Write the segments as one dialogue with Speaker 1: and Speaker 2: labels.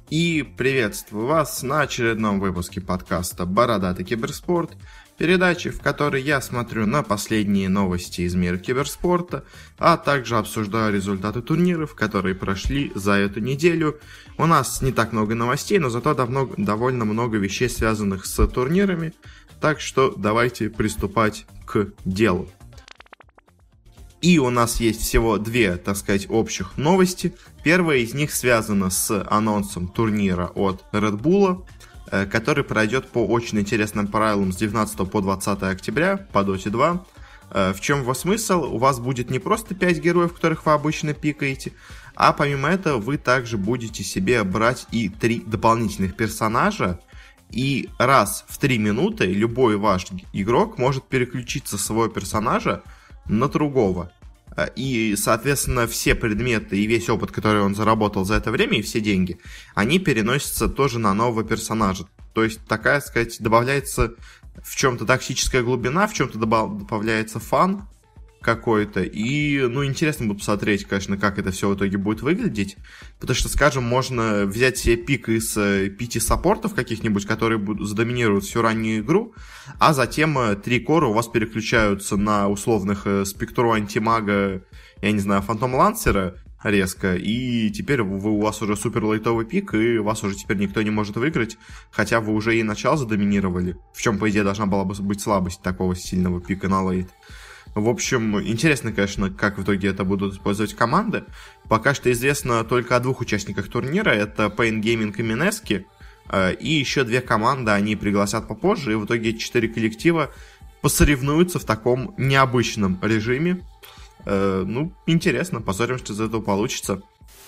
Speaker 1: И приветствую вас на очередном выпуске подкаста «Бородатый киберспорт», передачи, в которой я смотрю на последние новости из мира киберспорта, а также обсуждаю результаты турниров, которые прошли за эту неделю. У нас не так много новостей, но зато довольно много вещей, связанных с турнирами, так что давайте приступать к делу. И у нас есть всего две, общих новости. Первая из них связана с анонсом турнира от Red Bull, который пройдет по очень интересным правилам с 19 по 20 октября по Dota 2. В чем его смысл? У вас будет не просто 5 героев, которых вы обычно пикаете, а помимо этого вы также будете себе брать и 3 дополнительных персонажа. И раз в 3 минуты любой ваш игрок может переключиться с своего персонажа на другого. И, соответственно, все предметы и весь опыт, который он заработал за это время, и все деньги, они переносятся тоже на нового персонажа. То есть, добавляется в чем-то тактическая глубина, в чем-то добавляется фан какой-то. И, интересно будет посмотреть, конечно, как это все в итоге будет выглядеть. Потому что, скажем, можно взять себе пик из 5 саппортов каких-нибудь, которые задоминируют всю раннюю игру, а затем 3 кора у вас переключаются на условных Спектру, Антимага, я не знаю, Фантом Лансера резко, и теперь у вас уже супер лайтовый пик, и вас уже теперь никто не может выиграть, хотя вы уже и начало задоминировали, в чем, по идее, должна была бы быть слабость такого сильного пика на лейт. В общем, интересно, конечно, как в итоге это будут использовать команды. Пока что известно только о 2 участниках турнира. Это Pain Gaming и Mineski. И еще 2 команды они пригласят попозже. И в итоге 4 коллектива посоревнуются в таком необычном режиме. Интересно, посмотрим, что из этого получится.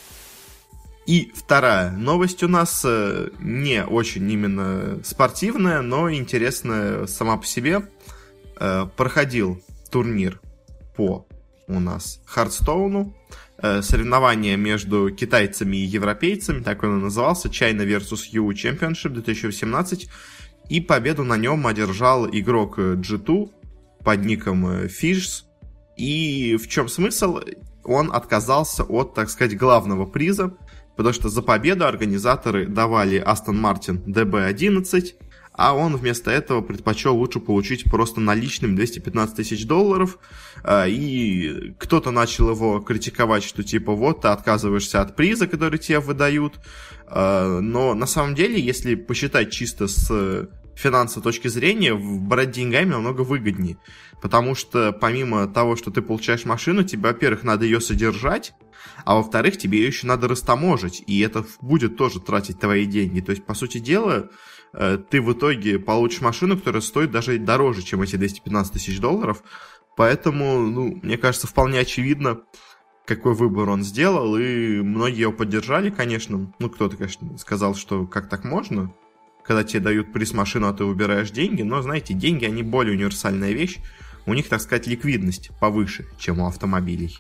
Speaker 1: И вторая новость у нас не очень именно спортивная, но интересная сама по себе. Проходил турнир по у нас Хардстоуну. Соревнование между китайцами и европейцами, так он и назывался, China vs. EU Championship 2018. И победу на нем одержал игрок G2 под ником Fish. И в чем смысл? Он отказался от, главного приза, потому что за победу организаторы давали Aston Martin DB11, а он вместо этого предпочел лучше получить просто наличными $215 тысяч. И кто-то начал его критиковать, что вот ты отказываешься от приза, который тебе выдают. Но на самом деле, если посчитать чисто с финансовой точки зрения, брать деньгами намного выгоднее. Потому что помимо того, что ты получаешь машину, тебе, во-первых, надо ее содержать, а во-вторых, тебе ее еще надо растаможить. И это будет тоже тратить твои деньги. То есть, по сути дела, ты в итоге получишь машину, которая стоит даже дороже, чем эти $215 тысяч. Поэтому, мне кажется, вполне очевидно, какой выбор он сделал, и многие его поддержали, конечно. Кто-то, конечно, сказал, что как так можно, когда тебе дают приз машину, а ты выбираешь деньги. Но, знаете, деньги, они более универсальная вещь. У них, ликвидность повыше, чем у автомобилей.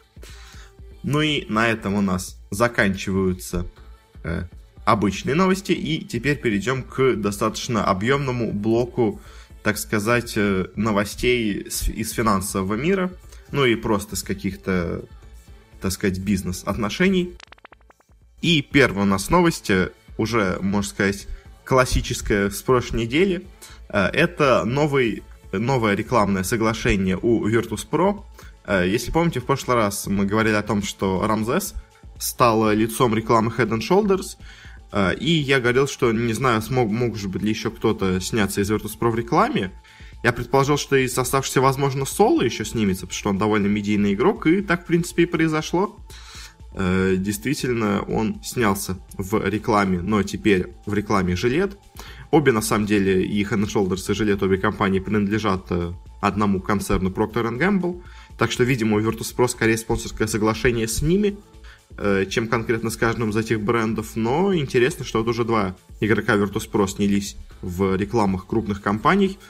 Speaker 1: И на этом у нас заканчиваются обычные новости, и теперь перейдем к достаточно объемному блоку, новостей из финансового мира, и просто с каких-то, бизнес-отношений. И первая у нас новость, уже, можно сказать, классическая с прошлой недели, это новое рекламное соглашение у Virtus.pro. Если помните, в прошлый раз мы говорили о том, что Рамзес стал лицом рекламы Head & Shoulders, и я говорил, что не знаю, может быть ли еще кто-то сняться из Virtus.pro в рекламе. Я предположил, что из оставшихся, возможно, Соло еще снимется, потому что он довольно медийный игрок, и так, в принципе, и произошло. Действительно, он снялся в рекламе, но теперь в рекламе Жилет. Обе, на самом деле, и Head & Shoulders, и Жилет, обе компании принадлежат одному концерну Procter & Gamble. Так что, видимо, у Virtus.pro скорее спонсорское соглашение с ними, чем конкретно с каждым из этих брендов. Но интересно, что уже 2 игрока Virtus.pro снялись в рекламах крупных компаний.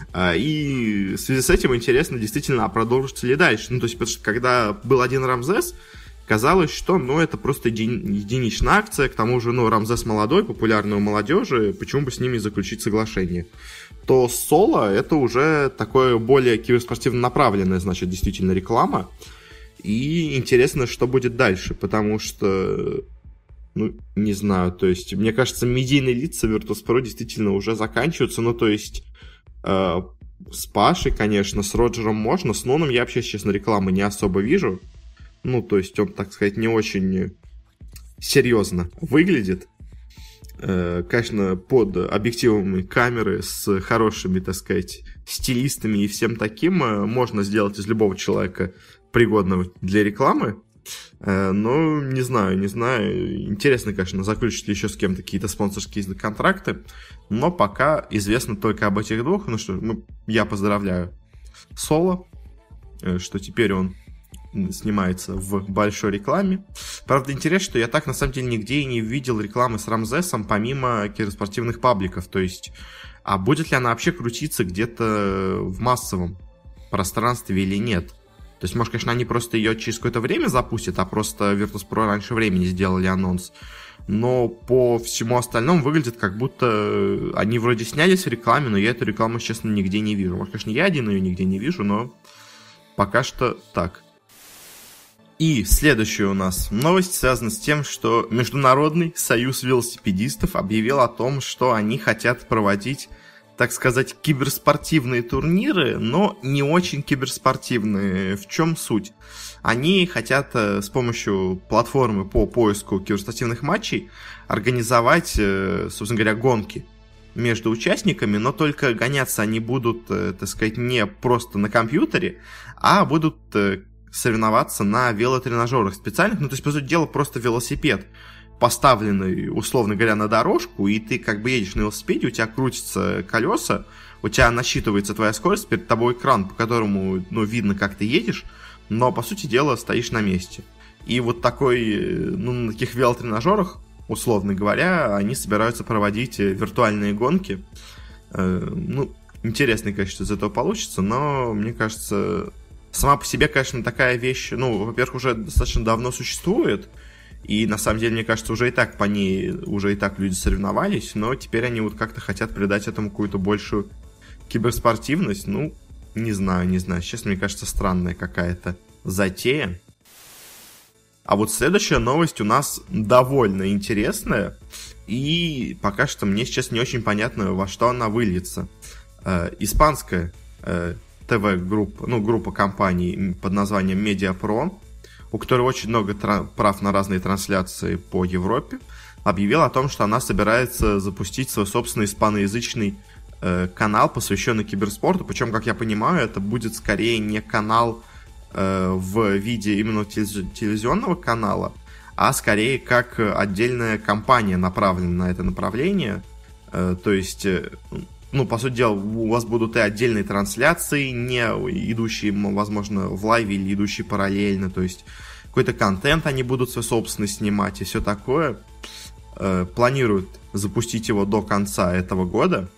Speaker 1: И в связи с этим интересно, действительно, а продолжится ли дальше. То есть, потому что когда был один Рамзес, казалось, что, это просто единичная акция. К тому же, Рамзес молодой, популярный у молодежи, почему бы с ними заключить соглашение? То Соло это уже такое более киберспортивно направленная, действительно реклама. И интересно, что будет дальше, потому что, Ну, не знаю, то есть, мне кажется, медийные лица Virtus.pro действительно уже заканчиваются, ну, то есть, с Пашей, конечно, с Роджером можно, с Ноном я вообще, честно, рекламы не особо вижу, ну, то есть, он, так сказать, не очень серьезно выглядит, конечно, под объективами камеры с хорошими, так сказать, стилистами и всем таким можно сделать из любого человека пригодного для рекламы. Но не знаю. Интересно, конечно, заключат ли еще с кем-то какие-то спонсорские контракты. Но пока известно только об этих двух. Ну что, я поздравляю Соло, что теперь он снимается в большой рекламе. Правда, интересно, что я так, на самом деле, нигде и не видел рекламы с Рамзесом, помимо киберспортивных пабликов. То есть, а будет ли она вообще крутиться где-то в массовом пространстве или нет? То есть, может, конечно, они просто ее через какое-то время запустят, а просто Virtus.pro раньше времени сделали анонс. Но по всему остальному выглядит, как будто они вроде снялись в рекламе, но я эту рекламу, честно, нигде не вижу. Может, конечно, я один ее нигде не вижу, но пока что так. И следующая у нас новость связана с тем, что Международный союз велосипедистов объявил о том, что они хотят проводить, так сказать, киберспортивные турниры, но не очень киберспортивные. В чем суть? Они хотят с помощью платформы по поиску киберспортивных матчей организовать, собственно говоря, гонки между участниками, но только гоняться они будут, так сказать, не просто на компьютере, а будут соревноваться на велотренажерах специальных. Ну, то есть, по сути дела, просто велосипед, поставленный, условно говоря, на дорожку, и ты как бы едешь на велосипеде, у тебя крутятся колеса, у тебя насчитывается твоя скорость, перед тобой экран, по которому, ну, видно, как ты едешь, но, по сути дела, стоишь на месте. И вот такой, ну, на таких велотренажерах, условно говоря, они собираются проводить виртуальные гонки. Ну, интересно, конечно, что из этого получится, но, мне кажется, сама по себе, конечно, такая вещь, ну, во-первых, уже достаточно давно существует, и, на самом деле, мне кажется, уже и так по ней, уже и так люди соревновались, но теперь они вот как-то хотят придать этому какую-то большую киберспортивность. Ну, не знаю. Честно, мне кажется, странная какая-то затея. А вот следующая новость у нас довольно интересная, и пока что мне сейчас не очень понятно, во что она выльется. Испанская ТВ-группа, ну, группа компаний под названием MediaPro, у которой очень много прав на разные трансляции по Европе, объявила о том, что она собирается запустить свой собственный испаноязычный канал, посвященный киберспорту. Причем, как я понимаю, это будет скорее не канал в виде именно телевизионного канала, а скорее как отдельная компания направлена на это направление. То есть, ну, по сути дела, у вас будут и отдельные трансляции, не идущие, возможно, в лайве или идущие параллельно, то есть какой-то контент они будут свой собственный снимать и все такое. Планируют запустить его до конца этого года.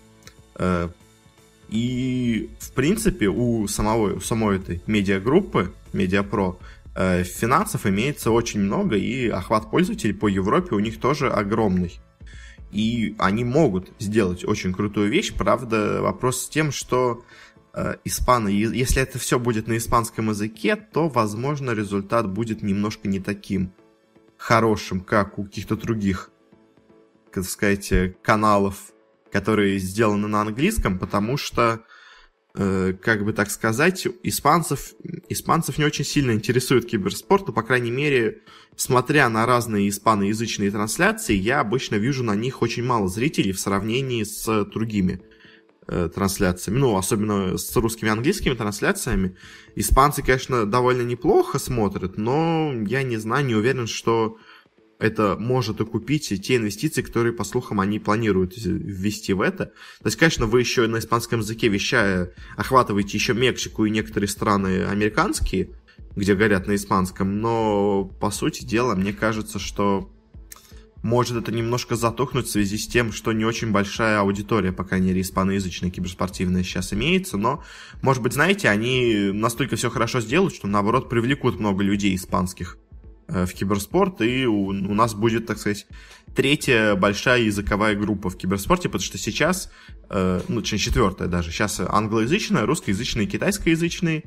Speaker 1: И, в принципе, у самой этой медиагруппы, MediaPro, финансов имеется очень много, и охват пользователей по Европе у них тоже огромный. И они могут сделать очень крутую вещь. Правда, вопрос с тем, что если это все будет на испанском языке, то, возможно, результат будет немножко не таким хорошим, как у каких-то других, так сказать, каналов, которые сделаны на английском, потому что, как бы так сказать, испанцев не очень сильно интересует киберспорт, но, по крайней мере, смотря на разные испаноязычные трансляции, я обычно вижу на них очень мало зрителей в сравнении с другими трансляциями, ну, особенно с русскими и английскими трансляциями. Испанцы, конечно, довольно неплохо смотрят, но я не знаю, не уверен, что это может окупить те инвестиции, которые, по слухам, они планируют ввести в это. То есть, конечно, вы еще на испанском языке, вещая, охватываете еще Мексику и некоторые страны американские, где говорят на испанском, но, по сути дела, мне кажется, что может это немножко затухнуть в связи с тем, что не очень большая аудитория, по крайней мере, испаноязычная киберспортивная сейчас имеется, но, может быть, знаете, они настолько все хорошо сделают, что, наоборот, привлекут много людей испанских в киберспорт, и у нас будет, так сказать, третья большая языковая группа в киберспорте, потому что сейчас, ну, четвертая даже, сейчас англоязычная, русскоязычные, китайскоязычные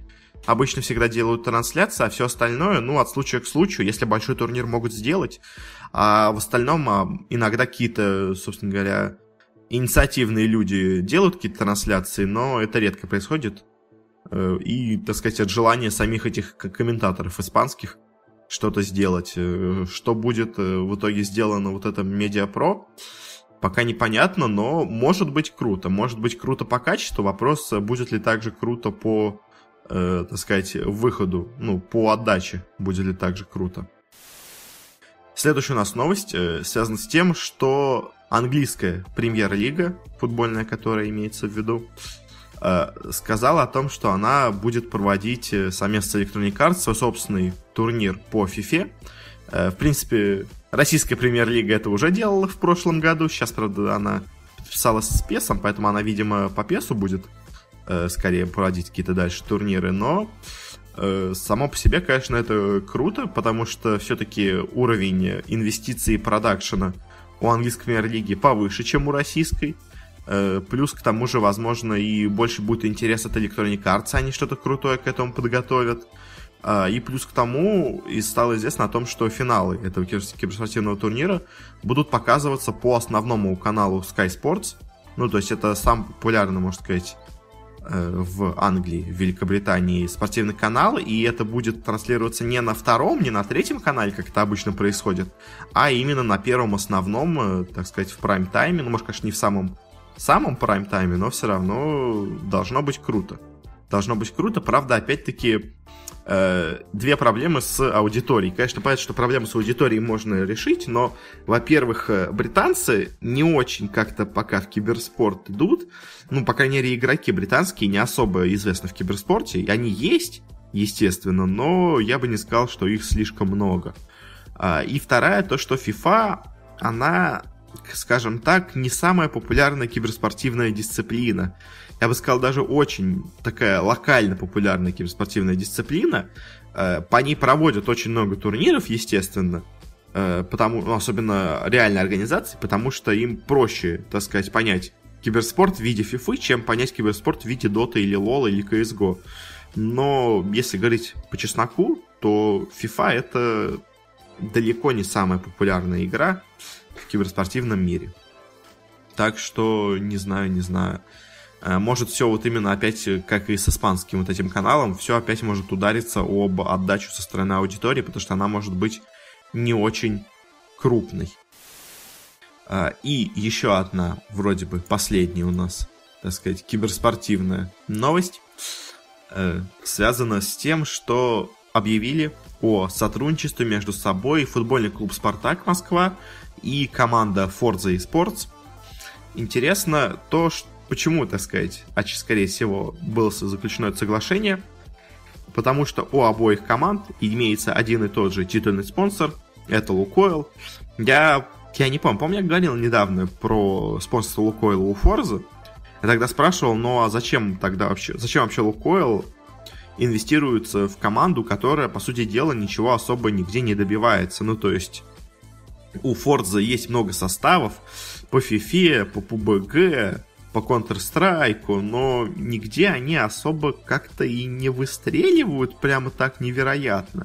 Speaker 1: обычно всегда делают трансляции, а все остальное, от случая к случаю, если большой турнир могут сделать. А в остальном иногда какие-то, собственно говоря, инициативные люди делают какие-то трансляции, но это редко происходит. И, так сказать, от желания самих этих комментаторов испанских что-то сделать. Что будет в итоге сделано вот этом Медиапро, пока непонятно, но может быть круто. Может быть круто по качеству. Вопрос, будет ли также круто по, так сказать, выходу, по отдаче. Будет ли также круто. Следующая у нас новость связана с тем, что английская премьер-лига, футбольная, которая имеется в виду, сказала о том, что она будет проводить совместно с Electronic Arts свой собственный турнир по FIFA. В принципе, российская премьер-лига это уже делала в прошлом году. Сейчас, правда, она подписалась с PES, поэтому она, видимо, по PES будет скорее проводить какие-то дальше турниры. Но само по себе, конечно, это круто, потому что все-таки уровень инвестиций и продакшена у английской премьер-лиги повыше, чем у российской. Плюс, к тому же, возможно, и больше будет интерес от Electronic Arts, они что-то крутое к этому подготовят. И плюс к тому, и стало известно о том, что финалы этого киберспортивного турнира будут показываться по основному каналу Sky Sports. То есть это самый популярный, можно сказать, в Англии, в Великобритании спортивный канал, и это будет транслироваться не на втором, не на третьем канале, как это обычно происходит, а именно на первом основном, так сказать, в прайм-тайме. Может, конечно, не в самом прайм-тайме, но все равно должно быть круто. Должно быть круто. Правда, опять-таки, две проблемы с аудиторией. Конечно, понятно, что проблему с аудиторией можно решить, но, во-первых, британцы не очень как-то пока в киберспорт идут. По крайней мере, игроки британские не особо известны в киберспорте. И они есть, естественно, но я бы не сказал, что их слишком много. И вторая, то, что FIFA, она, скажем так, не самая популярная киберспортивная дисциплина. Я бы сказал, даже очень такая локально популярная киберспортивная дисциплина. По ней проводят очень много турниров, естественно, особенно реальные организации, потому что им проще, так сказать, понять киберспорт в виде FIFA, чем понять киберспорт в виде Dota или LoL или CSGO. Но если говорить по чесноку, то FIFA это далеко не самая популярная игра в киберспортивном мире. Так что не знаю. Может, все вот именно опять, как и с испанским вот этим каналом, все опять может удариться об отдачу со стороны аудитории, потому что она может быть не очень крупной. И еще одна, вроде бы, последняя у нас, так сказать, киберспортивная новость, связана с тем, что объявили о сотрудничестве между собой футбольный клуб «Спартак» Москва и команда Forza eSports. Интересно то, что почему, так сказать, скорее всего, было заключено это соглашение? Потому что у обоих команд имеется один и тот же титульный спонсор, это Лукойл. Я не помню, я говорил недавно про спонсорство Лукойла у Forza. Я тогда спрашивал, а зачем вообще Лукойл инвестируется в команду, которая, по сути дела, ничего особо нигде не добивается? То есть у Forza есть много составов по FIFA, по PUBG, по Counter-Strike, но нигде они особо как-то и не выстреливают прямо так невероятно.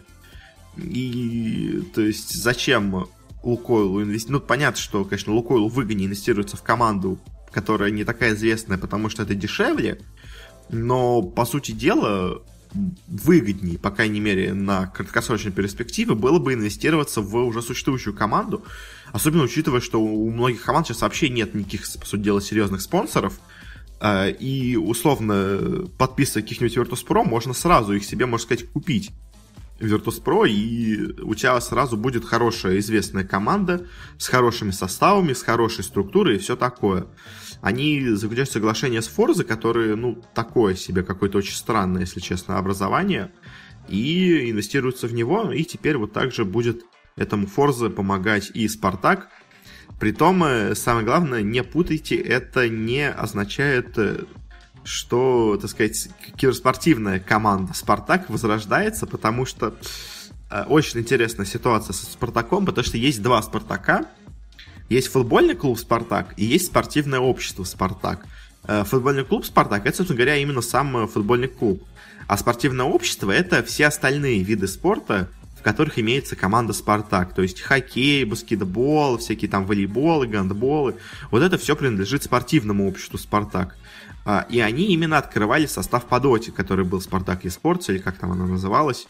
Speaker 1: И, то есть, зачем Лукойлу инвестировать? Понятно, что, конечно, Лукойлу выгоднее инвестируется в команду, которая не такая известная, потому что это дешевле, но, по сути дела, выгоднее, по крайней мере, на краткосрочной перспективе было бы инвестироваться в уже существующую команду, особенно учитывая, что у многих команд сейчас вообще нет никаких, по сути дела, серьезных спонсоров, и условно подписывая каких-нибудь Virtus.pro, можно сразу их себе, можно сказать, купить Virtus.pro, и у тебя сразу будет хорошая известная команда с хорошими составами, с хорошей структурой и все такое. Они заключают соглашение с Forza, которые, такое себе, какое-то очень странное, если честно, образование, и инвестируются в него, и теперь вот так же будет этому Forza помогать и Спартак. Притом, самое главное, не путайте, это не означает, что, так сказать, киберспортивная команда Спартак возрождается, потому что очень интересная ситуация со Спартаком, потому что есть два Спартака. Есть футбольный клуб «Спартак» и есть спортивное общество «Спартак». Футбольный клуб «Спартак» — это, собственно говоря, именно сам футбольный клуб. А спортивное общество — это все остальные виды спорта, в которых имеется команда «Спартак». То есть хоккей, баскетбол, всякие там волейболы, гандболы. Вот это все принадлежит спортивному обществу «Спартак». И они именно открывали состав по доте, который был «Спартак eSports», или как там она называлась.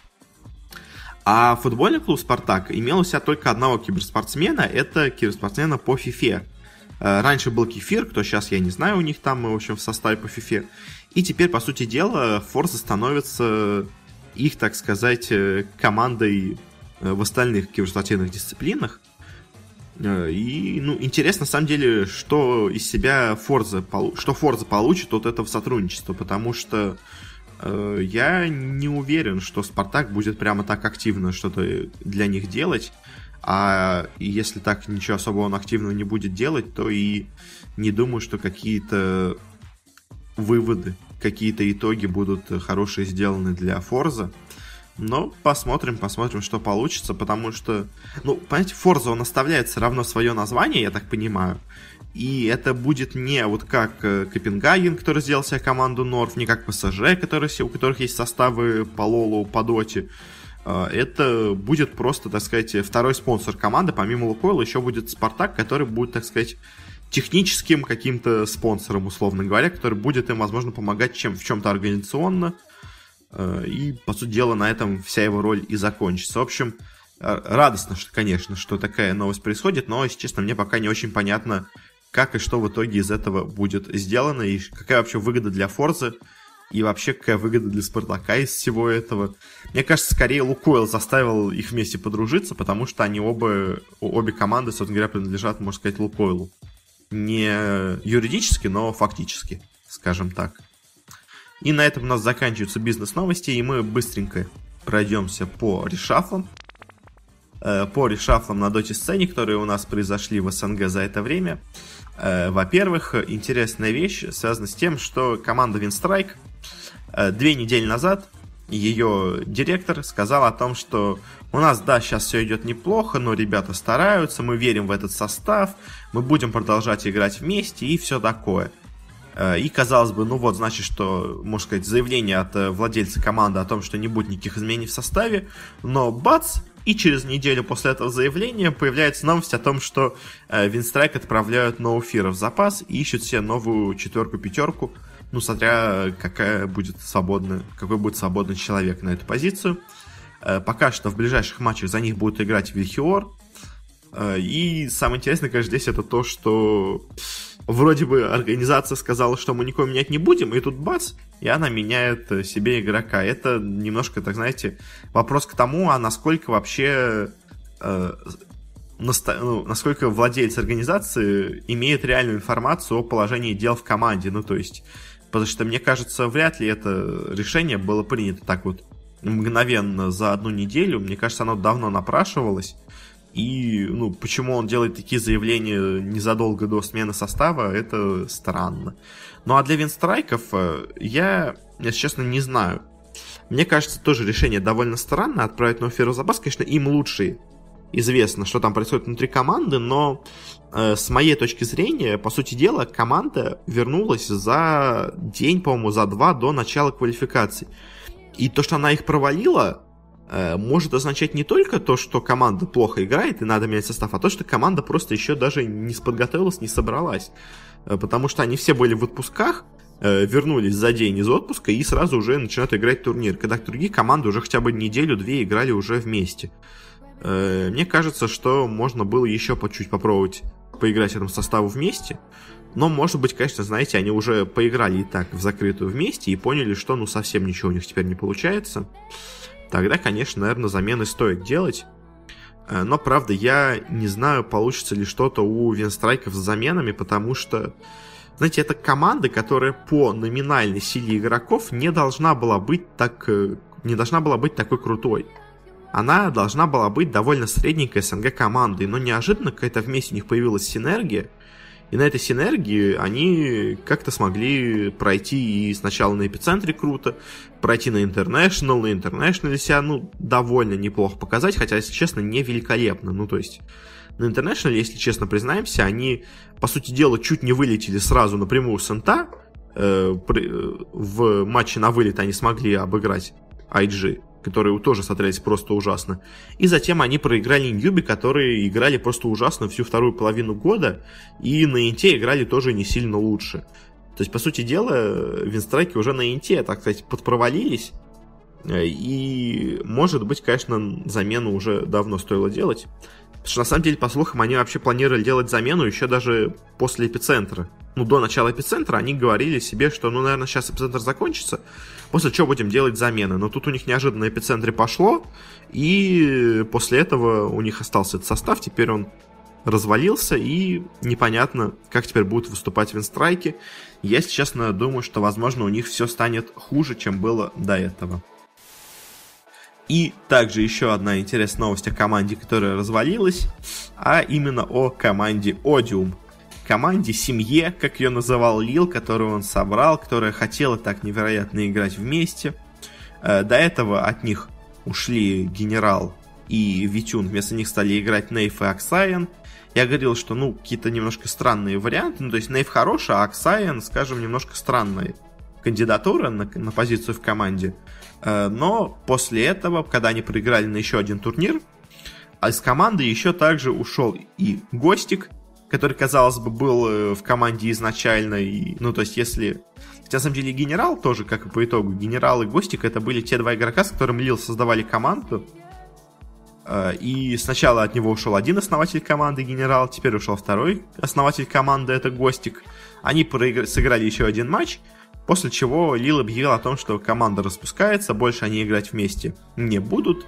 Speaker 1: А футбольный клуб «Спартак» имел у себя только одного киберспортсмена, это киберспортсмена по FIFA. Раньше был Кефир, кто сейчас, я не знаю, у них там, в общем, в составе по FIFA. И теперь, по сути дела, Forza становится их, так сказать, командой в остальных киберспортивных дисциплинах. И, интересно, на самом деле, что из себя Forza получит от этого сотрудничества, потому что я не уверен, что Спартак будет прямо так активно что-то для них делать. А если так ничего особо он активного не будет делать, то и не думаю, что какие-то выводы, какие-то итоги будут хорошие сделаны для Forza. Но посмотрим, что получится, потому что, понимаете, Forza, он оставляет все равно свое название, я так понимаю. И это будет не вот как Копенгаген, который сделал себе команду Норф, не как ПСЖ, у которых есть составы по Лолу, по Доте. Это будет просто, так сказать, второй спонсор команды. Помимо Лукойла еще будет Спартак, который будет, так сказать, техническим каким-то спонсором, условно говоря, который будет им, возможно, помогать в чем-то организационно. И, по сути дела, на этом вся его роль и закончится. В общем, радостно, конечно, что такая новость происходит, но, если честно, мне пока не очень понятно, как и что в итоге из этого будет сделано, и какая вообще выгода для Forza, и вообще какая выгода для Спартака из всего этого. Мне кажется, скорее Лукойл заставил их вместе подружиться, потому что они обе команды, собственно говоря, принадлежат, можно сказать, Лукойлу. Не юридически, но фактически, скажем так. И на этом у нас заканчиваются бизнес-новости, и мы быстренько пройдемся по решафлам. По решафлам на доте-сцене, которые у нас произошли в СНГ за это время. Во-первых, интересная вещь связана с тем, что команда Winstrike 2 недели назад ее директор сказал о том, что у нас, да, сейчас все идет неплохо, но ребята стараются, мы верим в этот состав, мы будем продолжать играть вместе и все такое. И казалось бы, значит, что, можно сказать, заявление от владельца команды о том, что не будет никаких изменений в составе, но бац, и через неделю после этого заявления появляется новость о том, что Winstrike отправляют ноуфира в запас и ищут себе новую 4-5, смотря какой будет свободный человек на эту позицию. Пока что в ближайших матчах за них будут играть Вильхиор. И самое интересное, конечно, здесь это то, что вроде бы организация сказала, что мы никого менять не будем, и тут бац, и она меняет себе игрока. Это немножко, так знаете, вопрос к тому, а насколько вообще, насколько владелец организации имеет реальную информацию о положении дел в команде. То есть, потому что, мне кажется, вряд ли это решение было принято так вот мгновенно за одну неделю. Мне кажется, оно давно напрашивалось. И, почему он делает такие заявления незадолго до смены состава, это странно. А для Винстрайков я, если честно, не знаю. Мне кажется, тоже решение довольно странное, отправить ноуфира в запас. Конечно, им лучше известно, что там происходит внутри команды, но с моей точки зрения, по сути дела, команда вернулась за день, по-моему, за 2 до начала квалификаций. И то, что она их провалила, может означать не только то, что команда плохо играет и надо менять состав, а то, что команда просто еще даже не подготовилась, не собралась. Потому что они все были в отпусках, вернулись за день из отпуска и сразу уже начинают играть турнир, когда другие команды уже хотя бы неделю-две играли уже вместе. Мне кажется, что можно было еще по чуть попробовать поиграть этому составу вместе. Но, может быть, конечно, знаете, они уже поиграли и так в закрытую вместе и поняли, что совсем ничего у них теперь не получается. Тогда, конечно, наверное, замены стоит делать. Но, правда, я не знаю, получится ли что-то у Винстрайков с заменами, потому что, знаете, это команда, которая по номинальной силе игроков не должна была быть такой крутой. Она должна была быть довольно средненькой СНГ командой, но неожиданно какая-то вместе у них появилась синергия. И на этой синергии они как-то смогли пройти и сначала на Эпицентре круто, пройти на Интернешнл, себя, довольно неплохо показать, хотя, если честно, не великолепно. То есть, на Интернешнле, если честно признаемся, они, по сути дела, чуть не вылетели сразу напрямую с Инта, в матче на вылет они смогли обыграть IG, которые тоже смотрелись просто ужасно. И затем они проиграли Ньюби, которые играли просто ужасно всю вторую половину года, и на Инте играли тоже не сильно лучше. То есть, по сути дела, винстрайки уже на Инте, так сказать, подпровалились, и, может быть, конечно, замену уже давно стоило делать. Потому что, на самом деле, по слухам, они вообще планировали делать замену еще даже после Эпицентра. До начала Эпицентра они говорили себе, что, наверное, сейчас Эпицентр закончится, после чего будем делать замены. Но тут у них неожиданно на Эпицентре пошло, и после этого у них остался этот состав, теперь он развалился, и непонятно, как теперь будут выступать винстрайки. Я, если честно, думаю, что, возможно, у них все станет хуже, чем было до этого. И также еще одна интересная новость о команде, которая развалилась, а именно о команде Odium. Команде, семье, как ее называл Лил, которую он собрал, которая хотела так невероятно играть вместе. До этого от них ушли Генерал и Витюн, вместо них стали играть Нейф и Аксайен. Я говорил, что, какие-то немножко странные варианты, то есть Нейф хороший, а Аксайен, скажем, немножко странная кандидатура на позицию в команде. Но после этого, когда они проиграли на еще один турнир, из команды еще также ушел и Гостик, который, казалось бы, был в команде изначально. То есть, если... Хотя, на самом деле, Генерал тоже, как и по итогу, Генерал и Гостик — это были те два игрока, с которыми Лил создавали команду. И сначала от него ушел один основатель команды, Генерал, теперь ушел второй основатель команды, это Гостик. Они сыграли еще один матч, после чего Лил объявил о том, что команда распускается, больше они играть вместе не будут.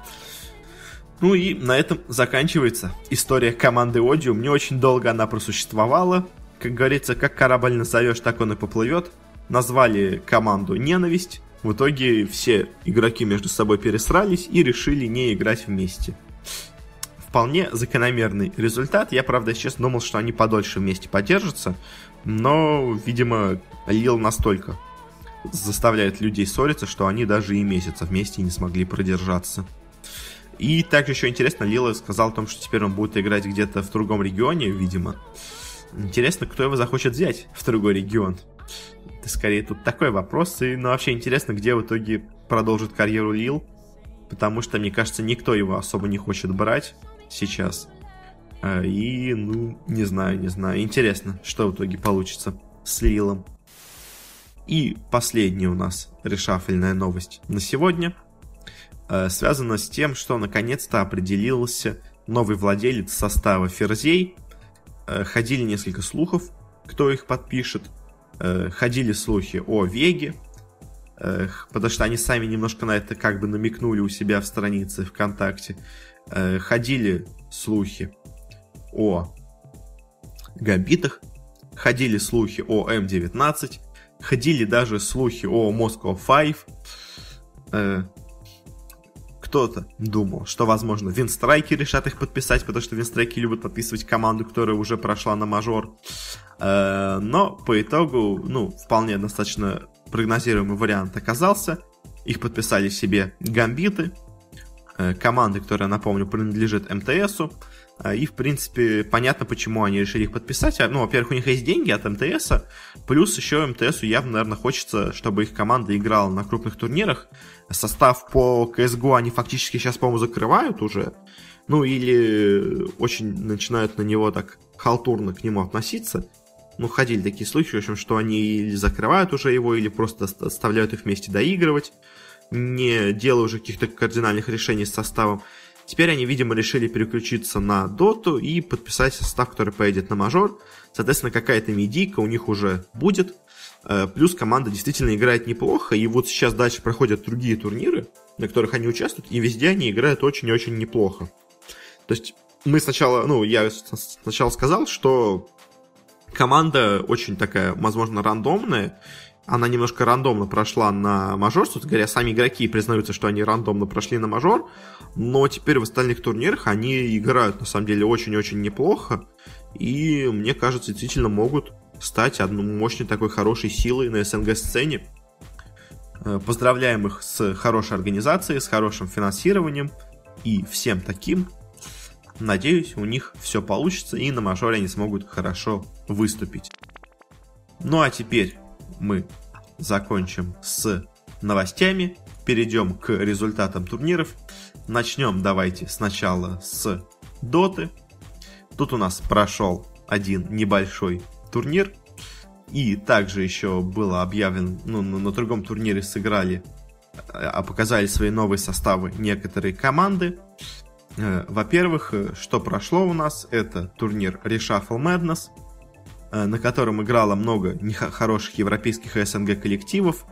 Speaker 1: И на этом заканчивается история команды Odium. Не очень долго она просуществовала. Как говорится, как корабль назовешь, так он и поплывет. Назвали команду «Ненависть». В итоге все игроки между собой пересрались и решили не играть вместе. Вполне закономерный результат. Я, правда, честно думал, что они подольше вместе подержатся. Но, видимо, Лил настолько заставляет людей ссориться, что они даже и месяца вместе не смогли продержаться. И также еще интересно, Лил сказал о том, что теперь он будет играть где-то в другом регионе, видимо. Интересно, кто его захочет взять в другой регион. Это скорее тут такой вопрос. И вообще интересно, где в итоге продолжит карьеру Лил. Потому что, мне кажется, никто его особо не хочет брать сейчас. И, не знаю. Интересно, что в итоге получится с Лилом. И последняя у нас решафельная новость на сегодня связана с тем, что наконец-то определился новый владелец состава Ферзей. Ходили несколько слухов, кто их подпишет. Ходили слухи о Веге, потому что они сами немножко на это как бы намекнули у себя в странице ВКонтакте. Ходили слухи о Гамбитах, ходили слухи о М19, ходили даже слухи о Moscow 5. Кто-то думал, что, возможно, винстрайки решат их подписать, потому что винстрайки любят подписывать команду, которая уже прошла на мажор. Но по итогу, вполне достаточно прогнозируемый вариант оказался. Их подписали себе Гамбиты, команды, которая, напомню, принадлежит МТСу. И, в принципе, понятно, почему они решили их подписать. Во-первых, у них есть деньги от МТСа, плюс еще МТСу явно, наверное, хочется, чтобы их команда играла на крупных турнирах. Состав по CSGO они фактически сейчас, по-моему, закрывают уже. Или очень начинают на него так халтурно к нему относиться. Ходили такие слухи, в общем, что они или закрывают уже его, или просто оставляют их вместе доигрывать, не делая уже каких-то кардинальных решений с составом. Теперь они, видимо, решили переключиться на доту и подписать состав, который поедет на мажор. Соответственно, какая-то медийка у них уже будет. Плюс команда действительно играет неплохо. И вот сейчас дальше проходят другие турниры, на которых они участвуют, и везде они играют очень-очень неплохо. То есть я сначала сказал, что команда очень такая, возможно, рандомная. Она немножко рандомно прошла на мажор. Тут говоря, сами игроки признаются, что они рандомно прошли на мажор. Но теперь в остальных турнирах они играют, на самом деле, очень-очень неплохо. И, мне кажется, действительно могут стать одной мощной такой хорошей силой на СНГ-сцене. Поздравляем их с хорошей организацией, с хорошим финансированием и всем таким. Надеюсь, у них все получится, и на мажоре они смогут хорошо выступить. А теперь мы закончим с новостями, перейдем к результатам турниров. Начнем давайте сначала с Доты. Тут у нас прошел один небольшой турнир. И также еще было объявлено, на другом турнире сыграли, показали свои новые составы некоторые команды. Во-первых, что прошло у нас, это турнир Reshuffle Madness, на котором играло много хороших европейских и СНГ коллективов.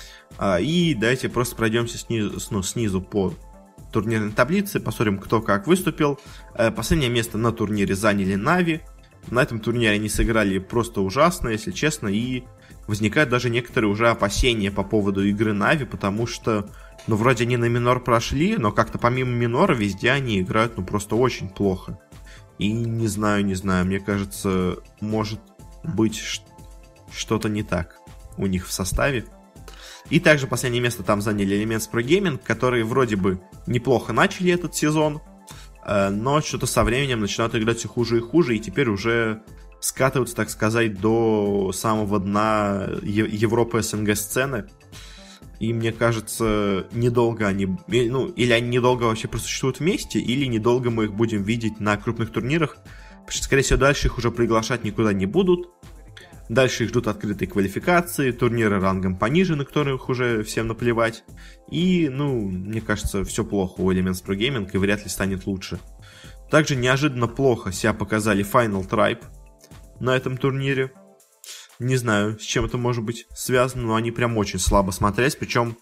Speaker 1: И давайте просто пройдемся снизу по турнирной таблице, посмотрим, кто как выступил. Последнее место на турнире заняли Na'Vi. На этом турнире они сыграли просто ужасно, если честно, и возникают даже некоторые уже опасения по поводу игры Na'Vi, потому что, вроде они на минор прошли, но как-то помимо минора везде они играют, просто очень плохо. И не знаю, мне кажется, может быть что-то не так у них в составе. И также последнее место там заняли Elements Pro Gaming, которые вроде бы неплохо начали этот сезон, но что-то со временем начинают играть все хуже и хуже, и теперь уже скатываются, так сказать, до самого дна Европы СНГ сцены. И мне кажется, недолго они... или они недолго вообще просуществуют вместе, или недолго мы их будем видеть на крупных турнирах, потому что, скорее всего, дальше их уже приглашать никуда не будут. Дальше их ждут открытые квалификации, турниры рангом пониже, на которых уже всем наплевать. И, мне кажется, все плохо у Elements Pro Gaming и вряд ли станет лучше. Также неожиданно плохо себя показали Final Tribe на этом турнире. Не знаю, с чем это может быть связано, но они прям очень слабо смотрелись. Причем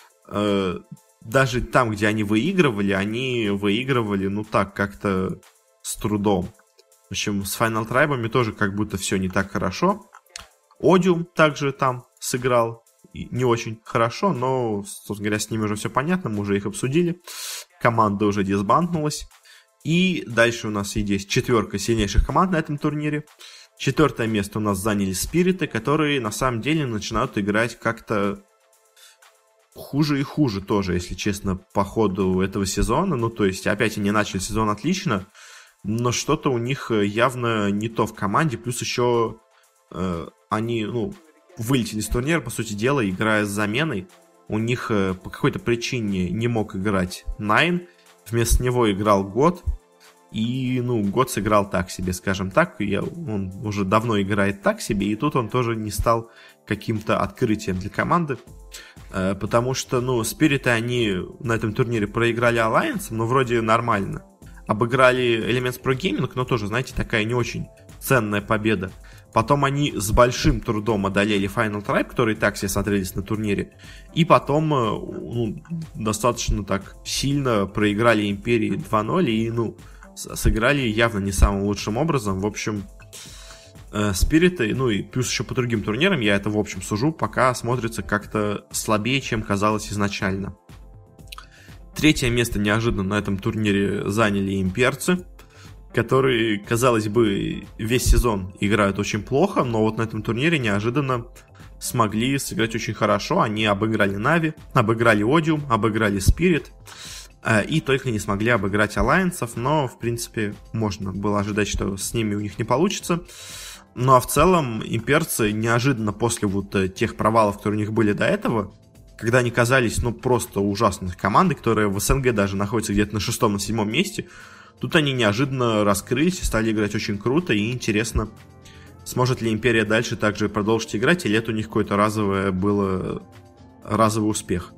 Speaker 1: даже там, где они выигрывали, так как-то с трудом. В общем, с Final Tribe'ами тоже как будто все не так хорошо. Odium также там сыграл не очень хорошо, но, собственно говоря, с ними уже все понятно, мы уже их обсудили. Команда уже дисбанднулась. И дальше у нас есть 4 сильнейших команд на этом турнире. 4 место у нас заняли Спириты, которые на самом деле начинают играть как-то хуже и хуже тоже, если честно, по ходу этого сезона. То есть опять они начали сезон отлично, но что-то у них явно не то в команде. Плюс еще они, вылетели с турнира, по сути дела, играя с заменой. У них по какой-то причине не мог играть Nine. Вместо него играл God. И, God сыграл так себе, скажем так. Он уже давно играет так себе. И тут он тоже не стал каким-то открытием для команды. Потому что, Спириты, они на этом турнире проиграли Alliance, но вроде нормально. Обыграли Elements Pro Gaming, но тоже, знаете, такая не очень ценная победа. Потом они с большим трудом одолели Final Tribe, которые так все смотрелись на турнире. И потом, достаточно так сильно проиграли Империи 2-0 и, сыграли явно не самым лучшим образом. В общем, Спириты, и плюс еще по другим турнирам, я это в общем сужу, пока смотрится как-то слабее, чем казалось изначально. 3 место неожиданно на этом турнире заняли имперцы, которые, казалось бы, весь сезон играют очень плохо, но вот на этом турнире неожиданно смогли сыграть очень хорошо. Они обыграли Na'Vi, обыграли Odium, обыграли Spirit, и только не смогли обыграть Alliance'ов, но, в принципе, можно было ожидать, что с ними у них не получится. Ну а в целом имперцы неожиданно после вот тех провалов, которые у них были до этого, когда они казались, просто ужасной командой, которая в СНГ даже находится где-то на 6-7 месте, тут они неожиданно раскрылись и стали играть очень круто, и интересно, сможет ли Империя дальше также продолжить играть, или это у них какой-то разовый успех.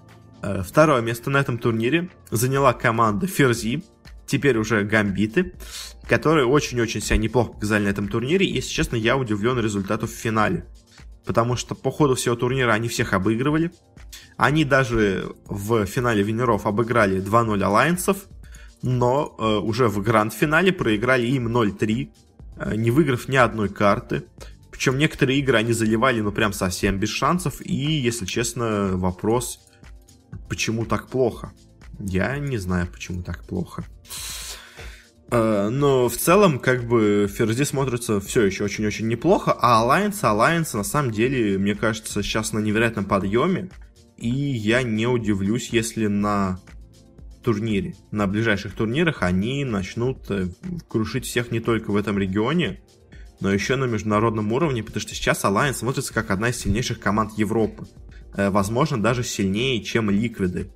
Speaker 1: 2 место на этом турнире заняла команда Ферзи, теперь уже Гамбиты, которые очень-очень себя неплохо показали на этом турнире, и, если честно, я удивлен результату в финале. Потому что по ходу всего турнира они всех обыгрывали. Они даже в финале винеров обыграли 2-0 Alliance'ов, но уже в гранд-финале проиграли им 0-3, не выиграв ни одной карты. Причем некоторые игры они заливали, прям совсем без шансов. И, если честно, вопрос, почему так плохо? Я не знаю, почему так плохо. Но в целом, Ферзи смотрится все еще очень-очень неплохо, а Alliance на самом деле, мне кажется, сейчас на невероятном подъеме, и я не удивлюсь, если на ближайших турнирах они начнут крушить всех не только в этом регионе, но еще на международном уровне, потому что сейчас Alliance смотрится как одна из сильнейших команд Европы. Возможно, даже сильнее, чем Ликвиды.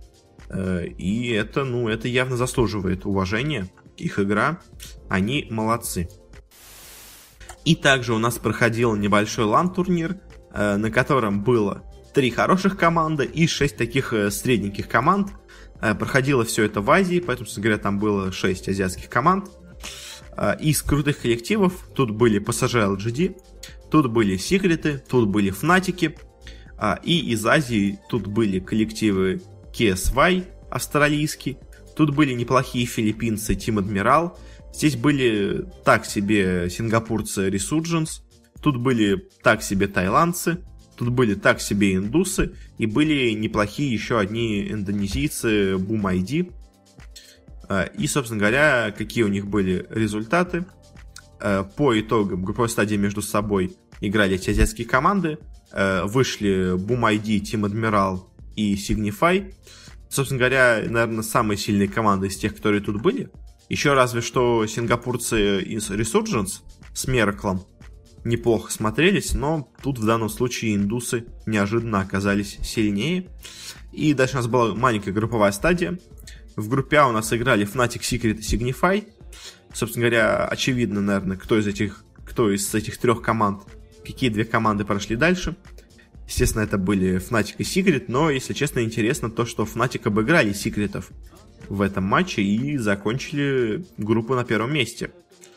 Speaker 1: И это явно заслуживает уважения. Их игра, они молодцы. И также у нас проходил небольшой LAN-турнир, на котором было 3 хороших команды и 6 таких средненьких команд. Проходило все это в Азии, поэтому, собственно говоря, там было 6 азиатских команд. Из крутых коллективов тут были PSG LGD, тут были Секреты, тут были Фнатики. И из Азии тут были коллективы KSY австралийский, тут были неплохие филиппинцы Team Admiral, здесь были так себе сингапурцы Resurgence, тут были так себе тайландцы, тут были так себе индусы, и были неплохие еще одни индонезийцы Boom ID. И, собственно говоря, какие у них были результаты. По итогам групповой стадии между собой играли эти азиатские команды. Вышли Boom ID, Team Admiral и Signify. Собственно говоря, наверное, самые сильные команды из тех, которые тут были. Еще разве что сингапурцы из Resurgence с Мерклом неплохо смотрелись, но тут в данном случае индусы неожиданно оказались сильнее. И дальше у нас была маленькая групповая стадия. В группе А у нас играли Fnatic, Secret и Signify. Собственно говоря, очевидно, наверное, кто из этих 3 команд, какие 2 команды прошли дальше. Естественно, это были Fnatic и Secret, но, если честно, интересно то, что Fnatic обыграли Секретов в этом матче и закончили группу на первом месте.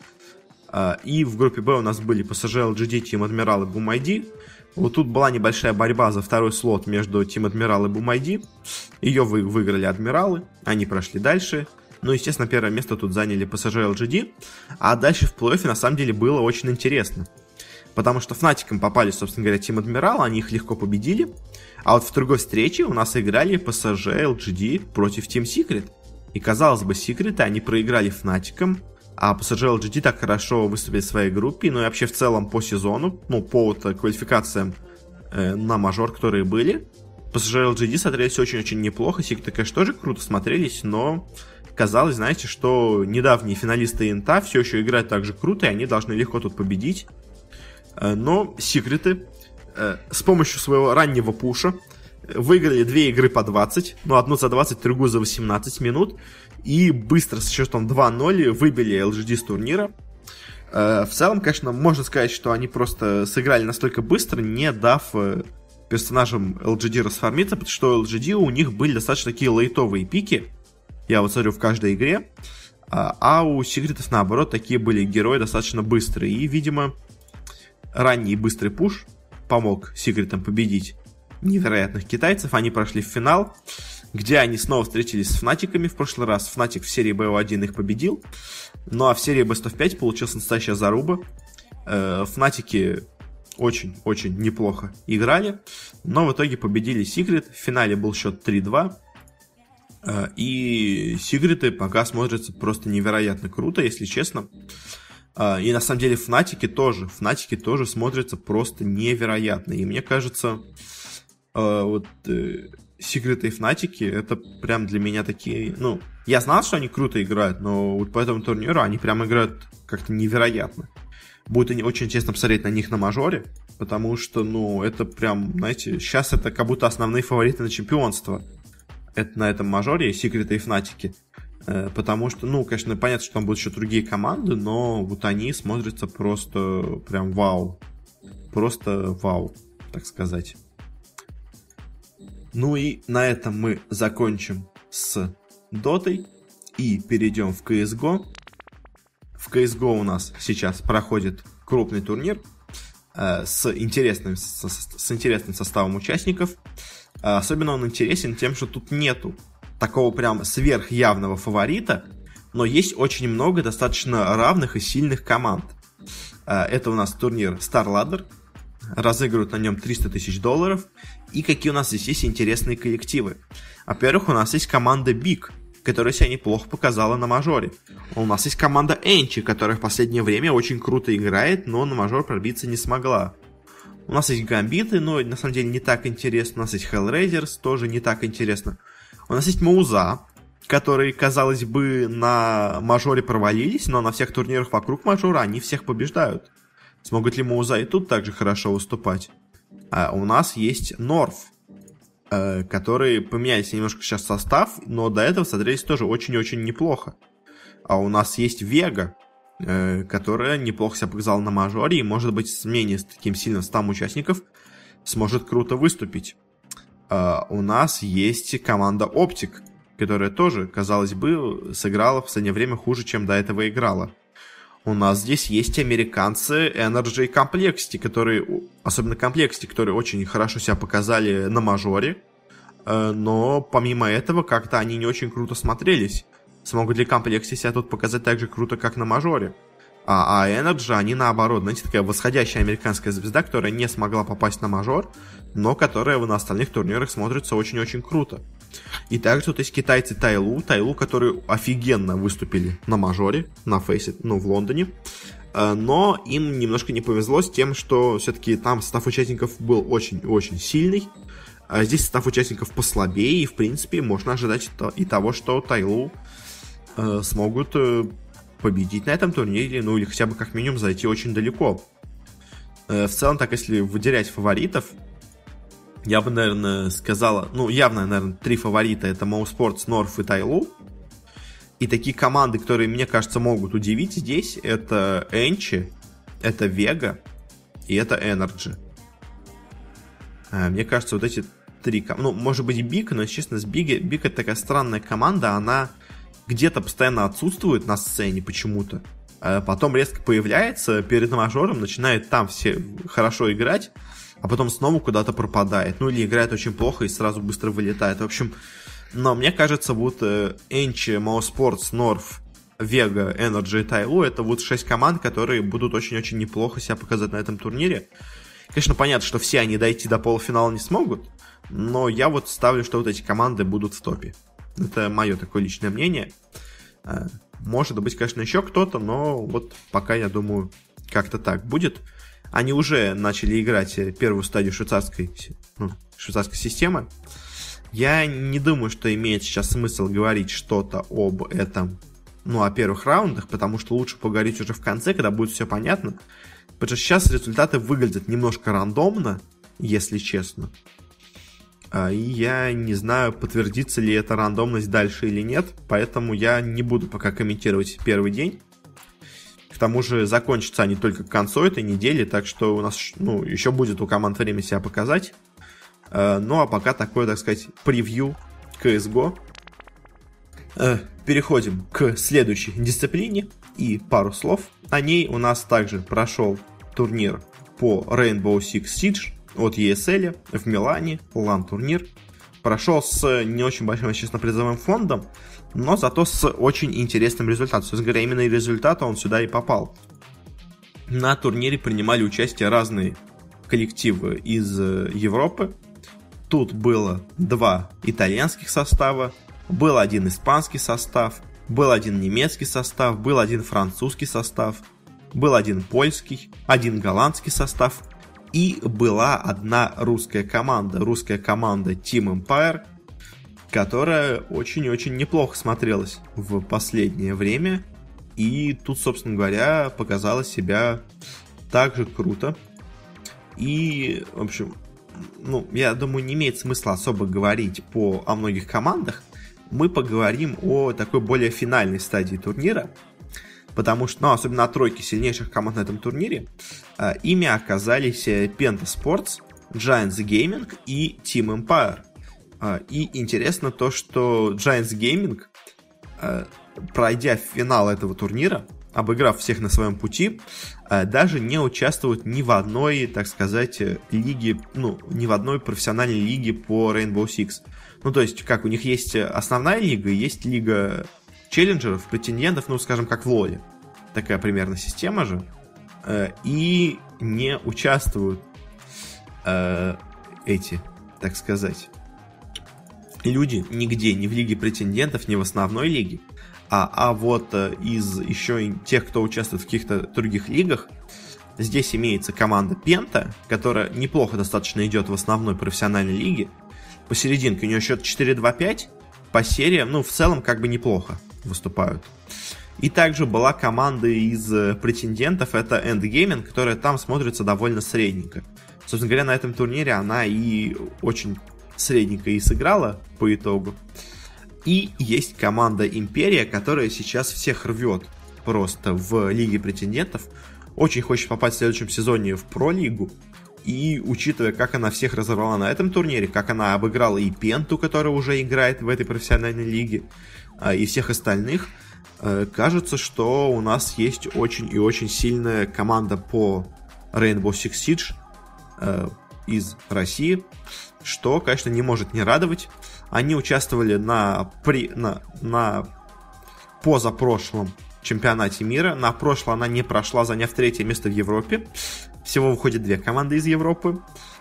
Speaker 1: И в группе Б у нас были PSG, LGD, Team Admiral и Boom ID. Вот тут была небольшая борьба за второй слот между Team Admiral и Boom ID. Ее выиграли Адмиралы, они прошли дальше. Ну, естественно, первое место тут заняли PSG, LGD. А дальше в плей-оффе на самом деле было очень интересно. Потому что Фнатикам попали, собственно говоря, Team Admiral, они их легко победили. А вот в другой встрече у нас играли PSG, LGD против Team Secret. И, казалось бы, Секреты они проиграли Фнатикам, а PSG, LGD так хорошо выступили в своей группе, ну и вообще в целом по сезону, по квалификациям на мажор, которые были. PSG, LGD смотрелись очень-очень неплохо, Секреты, конечно, тоже круто смотрелись, но казалось, знаете, что недавние финалисты Инта все еще играют так же круто, и они должны легко тут победить. Но Секреты с помощью своего раннего пуша выиграли 2 игры по 20, одну за 20, другую за 18 минут, и быстро с счетом 2-0 выбили LGD с турнира. В целом, конечно, можно сказать, что они просто сыграли настолько быстро, не дав персонажам LGD расформиться, потому что LGD у них были достаточно такие лейтовые пики, я вот смотрю в каждой игре, а у Секретов, наоборот, такие были герои достаточно быстрые, и, видимо, ранний и быстрый пуш помог Секретам победить невероятных китайцев. Они прошли в финал, где они снова встретились с Фнатиками в прошлый раз. Фнатик в серии BO1 их победил. Ну а в серии Best of 5 получилась настоящая заруба. Фнатики очень-очень неплохо играли, но в итоге победили Секрет. В финале был счет 3-2. И Секреты пока смотрятся просто невероятно круто, если честно. И на самом деле Фнатики тоже смотрятся просто невероятно. И мне кажется, Секреты и Фнатики это прям для меня такие... я знал, что они круто играют, но вот по этому турниру они прям играют как-то невероятно. Будет очень интересно посмотреть на них на мажоре, потому что, это прям, знаете, сейчас это как будто основные фавориты на чемпионство. Это на этом мажоре Секреты и Фнатики. Потому что, конечно, понятно, что там будут еще другие команды, но вот они смотрятся просто прям вау. Просто вау, так сказать. Ну и на этом мы закончим с Дотой и перейдем в CSGO. В CSGO у нас сейчас проходит крупный турнир с интересным составом участников. Особенно он интересен тем, что тут нету такого прям сверхявного фаворита, но есть очень много достаточно равных и сильных команд. Это у нас турнир StarLadder, разыгрывают на нем $300 тысяч, и какие у нас здесь есть интересные коллективы. Во-первых, у нас есть команда Big, которая себя неплохо показала на мажоре. У нас есть команда Enchi, которая в последнее время очень круто играет, но на мажор пробиться не смогла. У нас есть Гамбиты, но на самом деле не так интересно. У нас есть Hellraisers, тоже не так интересно. У нас есть Мауза, которые, казалось бы, на мажоре провалились, но на всех турнирах вокруг мажора они всех побеждают. Смогут ли Моуза и тут также хорошо выступать? У нас есть Норф, которые поменялись немножко сейчас состав, но до этого смотрелись тоже очень-очень неплохо. А у нас есть Вега, которая неплохо себя показала на мажоре, и, может быть, с менее таким сильным составом участников сможет круто выступить. У нас есть команда Оптик, которая тоже, казалось бы, сыграла в последнее время хуже, чем до этого играла. У нас здесь есть американцы Energy и Complexity, которые, особенно Complexity, которые очень хорошо себя показали на мажоре, но помимо этого как-то они не очень круто смотрелись. Смогут ли Complexity себя тут показать так же круто, как на мажоре? А Energy, они наоборот, знаете, такая восходящая американская звезда, которая не смогла попасть на мажор, но которая на остальных турнирах смотрится очень-очень круто. И также тут есть китайцы Тайлу, которые офигенно выступили на мажоре, на фейсе, в Лондоне. Но им немножко не повезло с тем, что все-таки там состав участников был очень-очень сильный. А здесь состав участников послабее, и в принципе можно ожидать и того, что Тайлу смогут победить на этом турнире, или хотя бы как минимум зайти очень далеко. В целом, так если выделять фаворитов, я бы, наверное, сказала, явно, наверное, 3 фаворита — это Mousesports, Норф и Тайлу. И такие команды, которые, мне кажется, могут удивить здесь, это Энчи, это Вега и это Energy. Мне кажется, вот эти 3 команды, может быть, Биг, но, если честно, Биг это такая странная команда, она где-то постоянно отсутствует на сцене почему-то, потом резко появляется перед мажором, начинает там все хорошо играть, а потом снова куда-то пропадает, или играет очень плохо и сразу быстро вылетает. В общем, но мне кажется, вот Энчи, Mousesports, Норф, Вега, Energy и Тайлу — это вот 6 команд, которые будут очень-очень неплохо себя показать на этом турнире. Конечно, понятно, что все они дойти до полуфинала не смогут, но я вот ставлю, что вот эти команды будут в топе. Это мое такое личное мнение. Может быть, конечно, еще кто-то, но вот пока, я думаю, как-то так будет. Они уже начали играть первую стадию швейцарской системы. Я не думаю, что имеет сейчас смысл говорить что-то об этом, о первых раундах, потому что лучше поговорить уже в конце, когда будет все понятно. Потому что сейчас результаты выглядят немножко рандомно, если честно. И я не знаю, подтвердится ли эта рандомность дальше или нет, поэтому я не буду пока комментировать первый день. К тому же закончатся они только к концу этой недели, так что у нас еще будет у команд время себя показать. А пока такое, так сказать, превью CSGO. Переходим к следующей дисциплине и пару слов о ней. У нас также прошел турнир по Rainbow Six Siege от ESL в Милане, LAN-турнир. Прошел с не очень большим, честно, призовым фондом, но зато с очень интересным результатом. То есть, говоря, именно из результата он сюда и попал. На турнире принимали участие разные коллективы из Европы. Тут было 2 итальянских состава, был 1 испанский состав, был 1 немецкий состав, был 1 французский состав, был 1 польский, 1 голландский состав и была 1 русская команда Team Empire, которая очень-очень неплохо смотрелась в последнее время и тут, собственно говоря, показала себя также круто. И, в общем, я думаю, не имеет смысла особо говорить о многих командах. Мы поговорим о такой более финальной стадии турнира, потому что, особенно о тройке сильнейших команд на этом турнире, ими оказались Penta Sports, Giants Gaming и Team Empire. И интересно то, что Giants Gaming, пройдя финал этого турнира, обыграв всех на своем пути, даже не участвуют ни в одной, так сказать, лиге, ни в одной профессиональной лиге по Rainbow Six. То есть, как у них есть основная лига, есть лига челленджеров, претендентов, скажем, как в Лоле. Такая примерно система же. И не участвуют эти, так сказать, люди нигде, ни в лиге претендентов, ни в основной лиге. А вот из еще тех, кто участвует в каких-то других лигах, здесь имеется команда Penta, которая неплохо достаточно идет в основной профессиональной лиге. Посерединке у нее счет 4-2-5, по серии, в целом как бы неплохо выступают. И также была команда из претендентов, это Endgaming, которая там смотрится довольно средненько. Собственно говоря, на этом турнире она и очень средненько и сыграла по итогу. И есть команда Империя, которая сейчас всех рвет просто в Лиге претендентов. Очень хочет попасть в следующем сезоне в Про-лигу. И учитывая, как она всех разорвала на этом турнире, как она обыграла и Пенту, которая уже играет в этой профессиональной лиге, и всех остальных, кажется, что у нас есть очень и очень сильная команда по Rainbow Six Siege из России, что, конечно, не может не радовать. Они участвовали на позапрошлом чемпионате мира. На прошлое она не прошла, заняв 3-е место в Европе. Всего выходит 2 команды из Европы.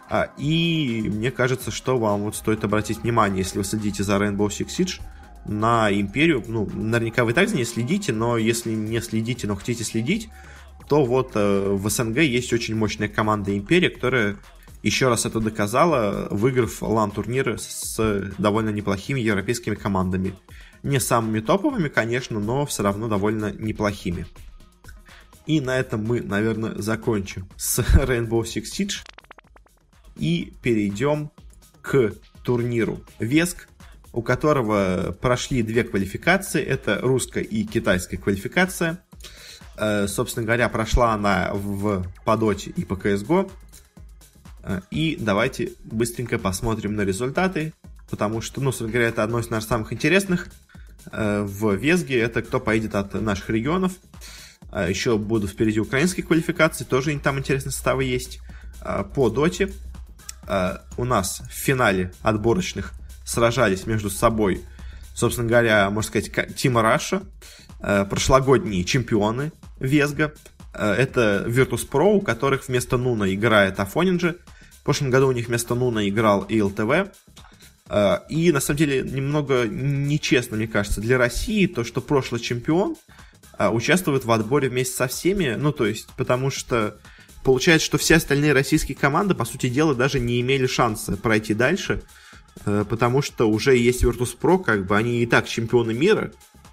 Speaker 1: И мне кажется, что вам вот стоит обратить внимание, если вы следите за Rainbow Six Siege, на Империю. Ну, наверняка вы и так за ней следите, но если не следите, но хотите следить, то вот в СНГ есть очень мощная команда Империя, которая еще раз это доказала, выиграв LAN-турниры с довольно неплохими европейскими командами. Не самыми топовыми, конечно, но все равно довольно неплохими. И на этом мы, наверное, закончим с Rainbow Six Siege и перейдем к турниру Веск, у которого прошли 2 квалификации, это русская и китайская квалификация. Собственно говоря, прошла она по доте и по CSGO. И давайте быстренько посмотрим на результаты, потому что, собственно говоря, это одно из наших самых интересных в Весге, это кто поедет от наших регионов. Еще будут впереди украинские квалификации, тоже там интересные составы есть. По доте у нас в финале отборочных сражались между собой, собственно говоря, можно сказать, Team Russia, прошлогодние чемпионы Весга. Это Virtus.pro, у которых вместо Нуна играет Афонинджи. В прошлом году у них вместо Нуна играл и ЛТВ. И, на самом деле, немного нечестно, мне кажется, для России то, что прошлый чемпион участвует в отборе вместе со всеми. Ну, то есть, потому что получается, что все остальные российские команды, по сути дела, даже не имели шанса пройти дальше, потому что уже есть Virtus.pro, как бы они и так чемпионы мира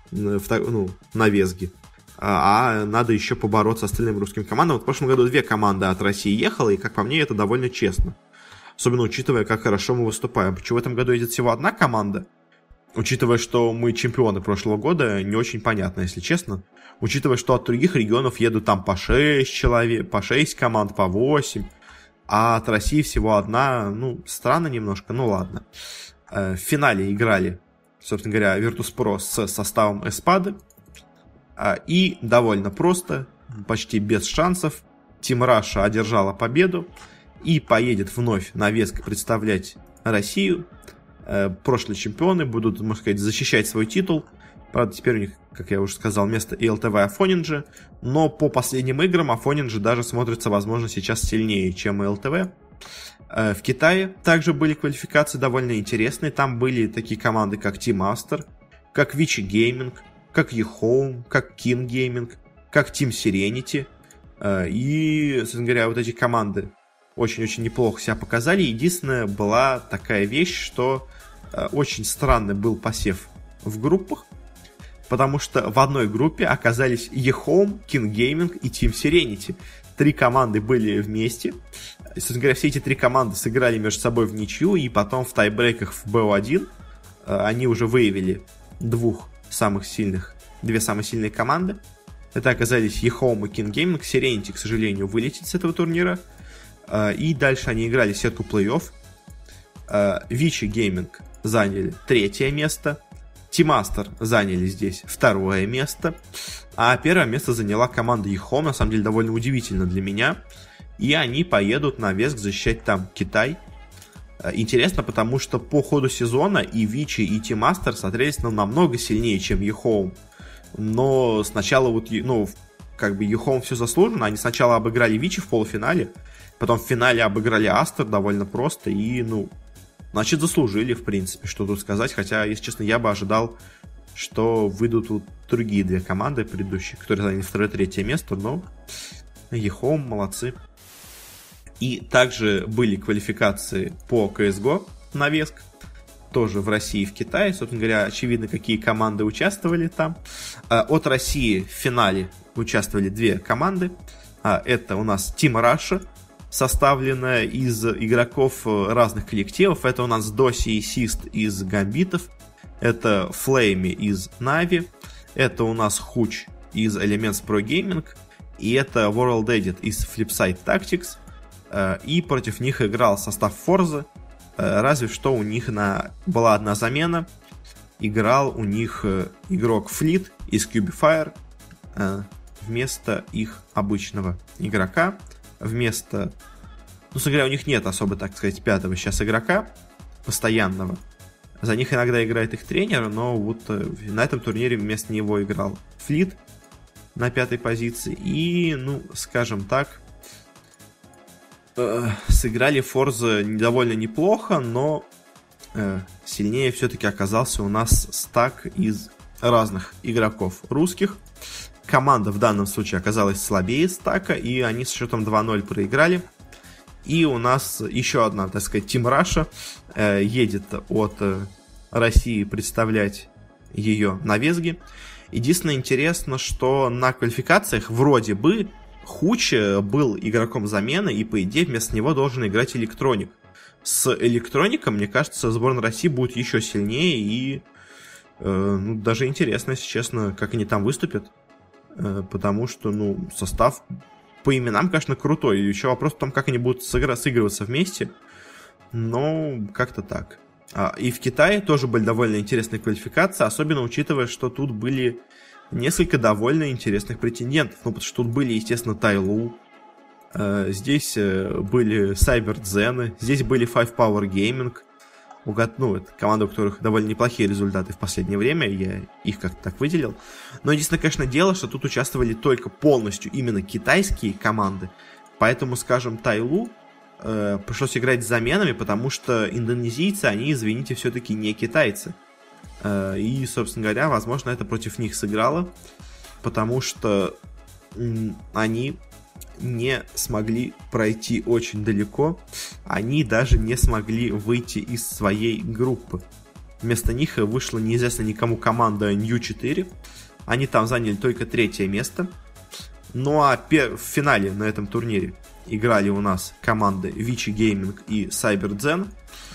Speaker 1: на Весге. А надо еще побороться с остальными русскими командами. Вот в прошлом году 2 команды от России ехало, и, как по мне, это довольно честно. Особенно учитывая, как хорошо мы выступаем. Почему в этом году едет всего 1 команда? Учитывая, что мы чемпионы прошлого года, не очень понятно, если честно. Учитывая, что от других регионов едут там по 6 человек, по 6 команд, по 8. А от России всего 1. Странно немножко, ладно. В финале играли, собственно говоря, Virtus.pro с составом Эспады. И довольно просто, почти без шансов, Team Russia одержала победу и поедет вновь на Веск представлять Россию. Прошлые чемпионы будут, можно сказать, защищать свой титул. Правда, теперь у них, как я уже сказал, вместо ИЛТВ Афонинджи. Но по последним играм Афонинджи даже смотрится, возможно, сейчас сильнее, чем ИЛТВ. В Китае также были квалификации довольно интересные. Там были такие команды, как Team Master, как Vici Gaming, как eHome, как King Gaming, как Team Serenity. И, собственно говоря, вот эти команды очень-очень неплохо себя показали. Единственная была такая вещь, что очень странный был посев в группах, потому что в одной группе оказались eHome, King Gaming и Team Serenity. 3 команды были вместе. Собственно говоря, все эти 3 команды сыграли между собой в ничью, и потом в тайбрейках в BO1 они уже выявили 2 самые сильные команды. Это оказались eHome и King Gaming. Serenity, к сожалению, вылетит с этого турнира. И дальше они играли сетку плей-офф. Vici Gaming заняли 3-е место. Team Master заняли здесь 2-е место. А 1-е место заняла команда eHome. На самом деле довольно удивительно для меня. И они поедут на Веск защищать там Китай. Интересно, потому что по ходу сезона и Vici, и Team Master смотрелись намного сильнее, чем eHome. Но сначала eHome все заслуженно. Они сначала обыграли Vici в полуфинале, потом в финале обыграли Астер довольно просто. И, значит, заслужили, в принципе, что тут сказать. Хотя, если честно, я бы ожидал, что выйдут тут другие 2 команды предыдущие, которые заняли 2-3 место. Но eHome молодцы. И также были квалификации по CSGO на Веск. тоже в России и в Китае. Собственно говоря, очевидно, какие команды участвовали там. От России в финале участвовали 2 команды. Это у нас Team Russia, составленная из игроков разных коллективов. Это у нас Доси и Сист из Гамбитов. Это Флейми из Нави. Это у нас Хуч из Elements Pro Gaming. И это World Edit из Flipside Tactics. И против них играл состав Forza. Разве что у них была одна замена. Играл у них игрок Fleet из Cubifier вместо их обычного игрока. Собственно говоря, у них нет особо, так сказать, 5-го сейчас игрока постоянного. За них иногда играет их тренер, но вот на этом турнире вместо него играл Fleet на 5-й позиции. И, скажем так, сыграли Forza довольно неплохо, но сильнее все-таки оказался у нас стак из разных игроков русских. Команда в данном случае оказалась слабее стака, и они с счетом 2-0 проиграли. И у нас еще одна, так сказать, Team Russia едет от России представлять ее на Везге. Единственное интересно, что на квалификациях вроде бы Хуч был игроком замены, и по идее вместо него должен играть Электроник. С Электроником, мне кажется, сборная России будет еще сильнее, и даже интересно, если честно, как они там выступят. Потому что, состав по именам, конечно, крутой. И еще вопрос в том, как они будут сыгрываться вместе. Но как-то так. И в Китае тоже были довольно интересные квалификации, особенно учитывая, что тут были несколько довольно интересных претендентов. Потому что тут были, естественно, Тайлу, здесь были Cyberzen, здесь были Five Power Gaming. Это команда, у которых довольно неплохие результаты в последнее время, я их как-то так выделил. Но единственное, конечно, дело, что тут участвовали только полностью именно китайские команды, поэтому, скажем, Тайлу пришлось играть с заменами, потому что индонезийцы, они, извините, все-таки не китайцы. И, собственно говоря, возможно, это против них сыграло, потому что они не смогли пройти очень далеко, они даже не смогли выйти из своей группы. Вместо них вышла неизвестная никому команда New 4, они там заняли только 3-е место. В финале на этом турнире играли у нас команды Vici Gaming и Cyberzen,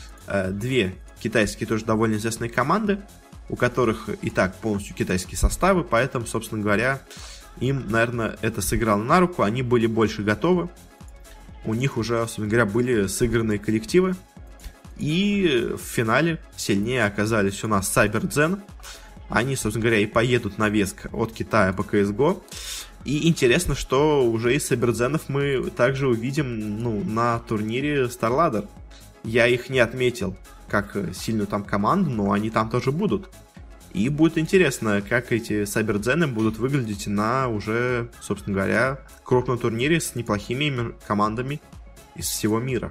Speaker 1: 2 китайские тоже довольно известные команды, у которых и так полностью китайские составы, поэтому, собственно говоря, им, наверное, это сыграло на руку, они были больше готовы, у них уже, собственно говоря, были сыгранные коллективы, и в финале сильнее оказались у нас Cyberzen, они, собственно говоря, и поедут на Веск от Китая по CSGO, и интересно, что уже из Cyberzen'ов мы также увидим, на турнире StarLadder. Я их не отметил как сильную там команду, но они там тоже будут. И будет интересно, как эти Cyberzen'ы будут выглядеть на уже, собственно говоря, крупном турнире с неплохими командами из всего мира.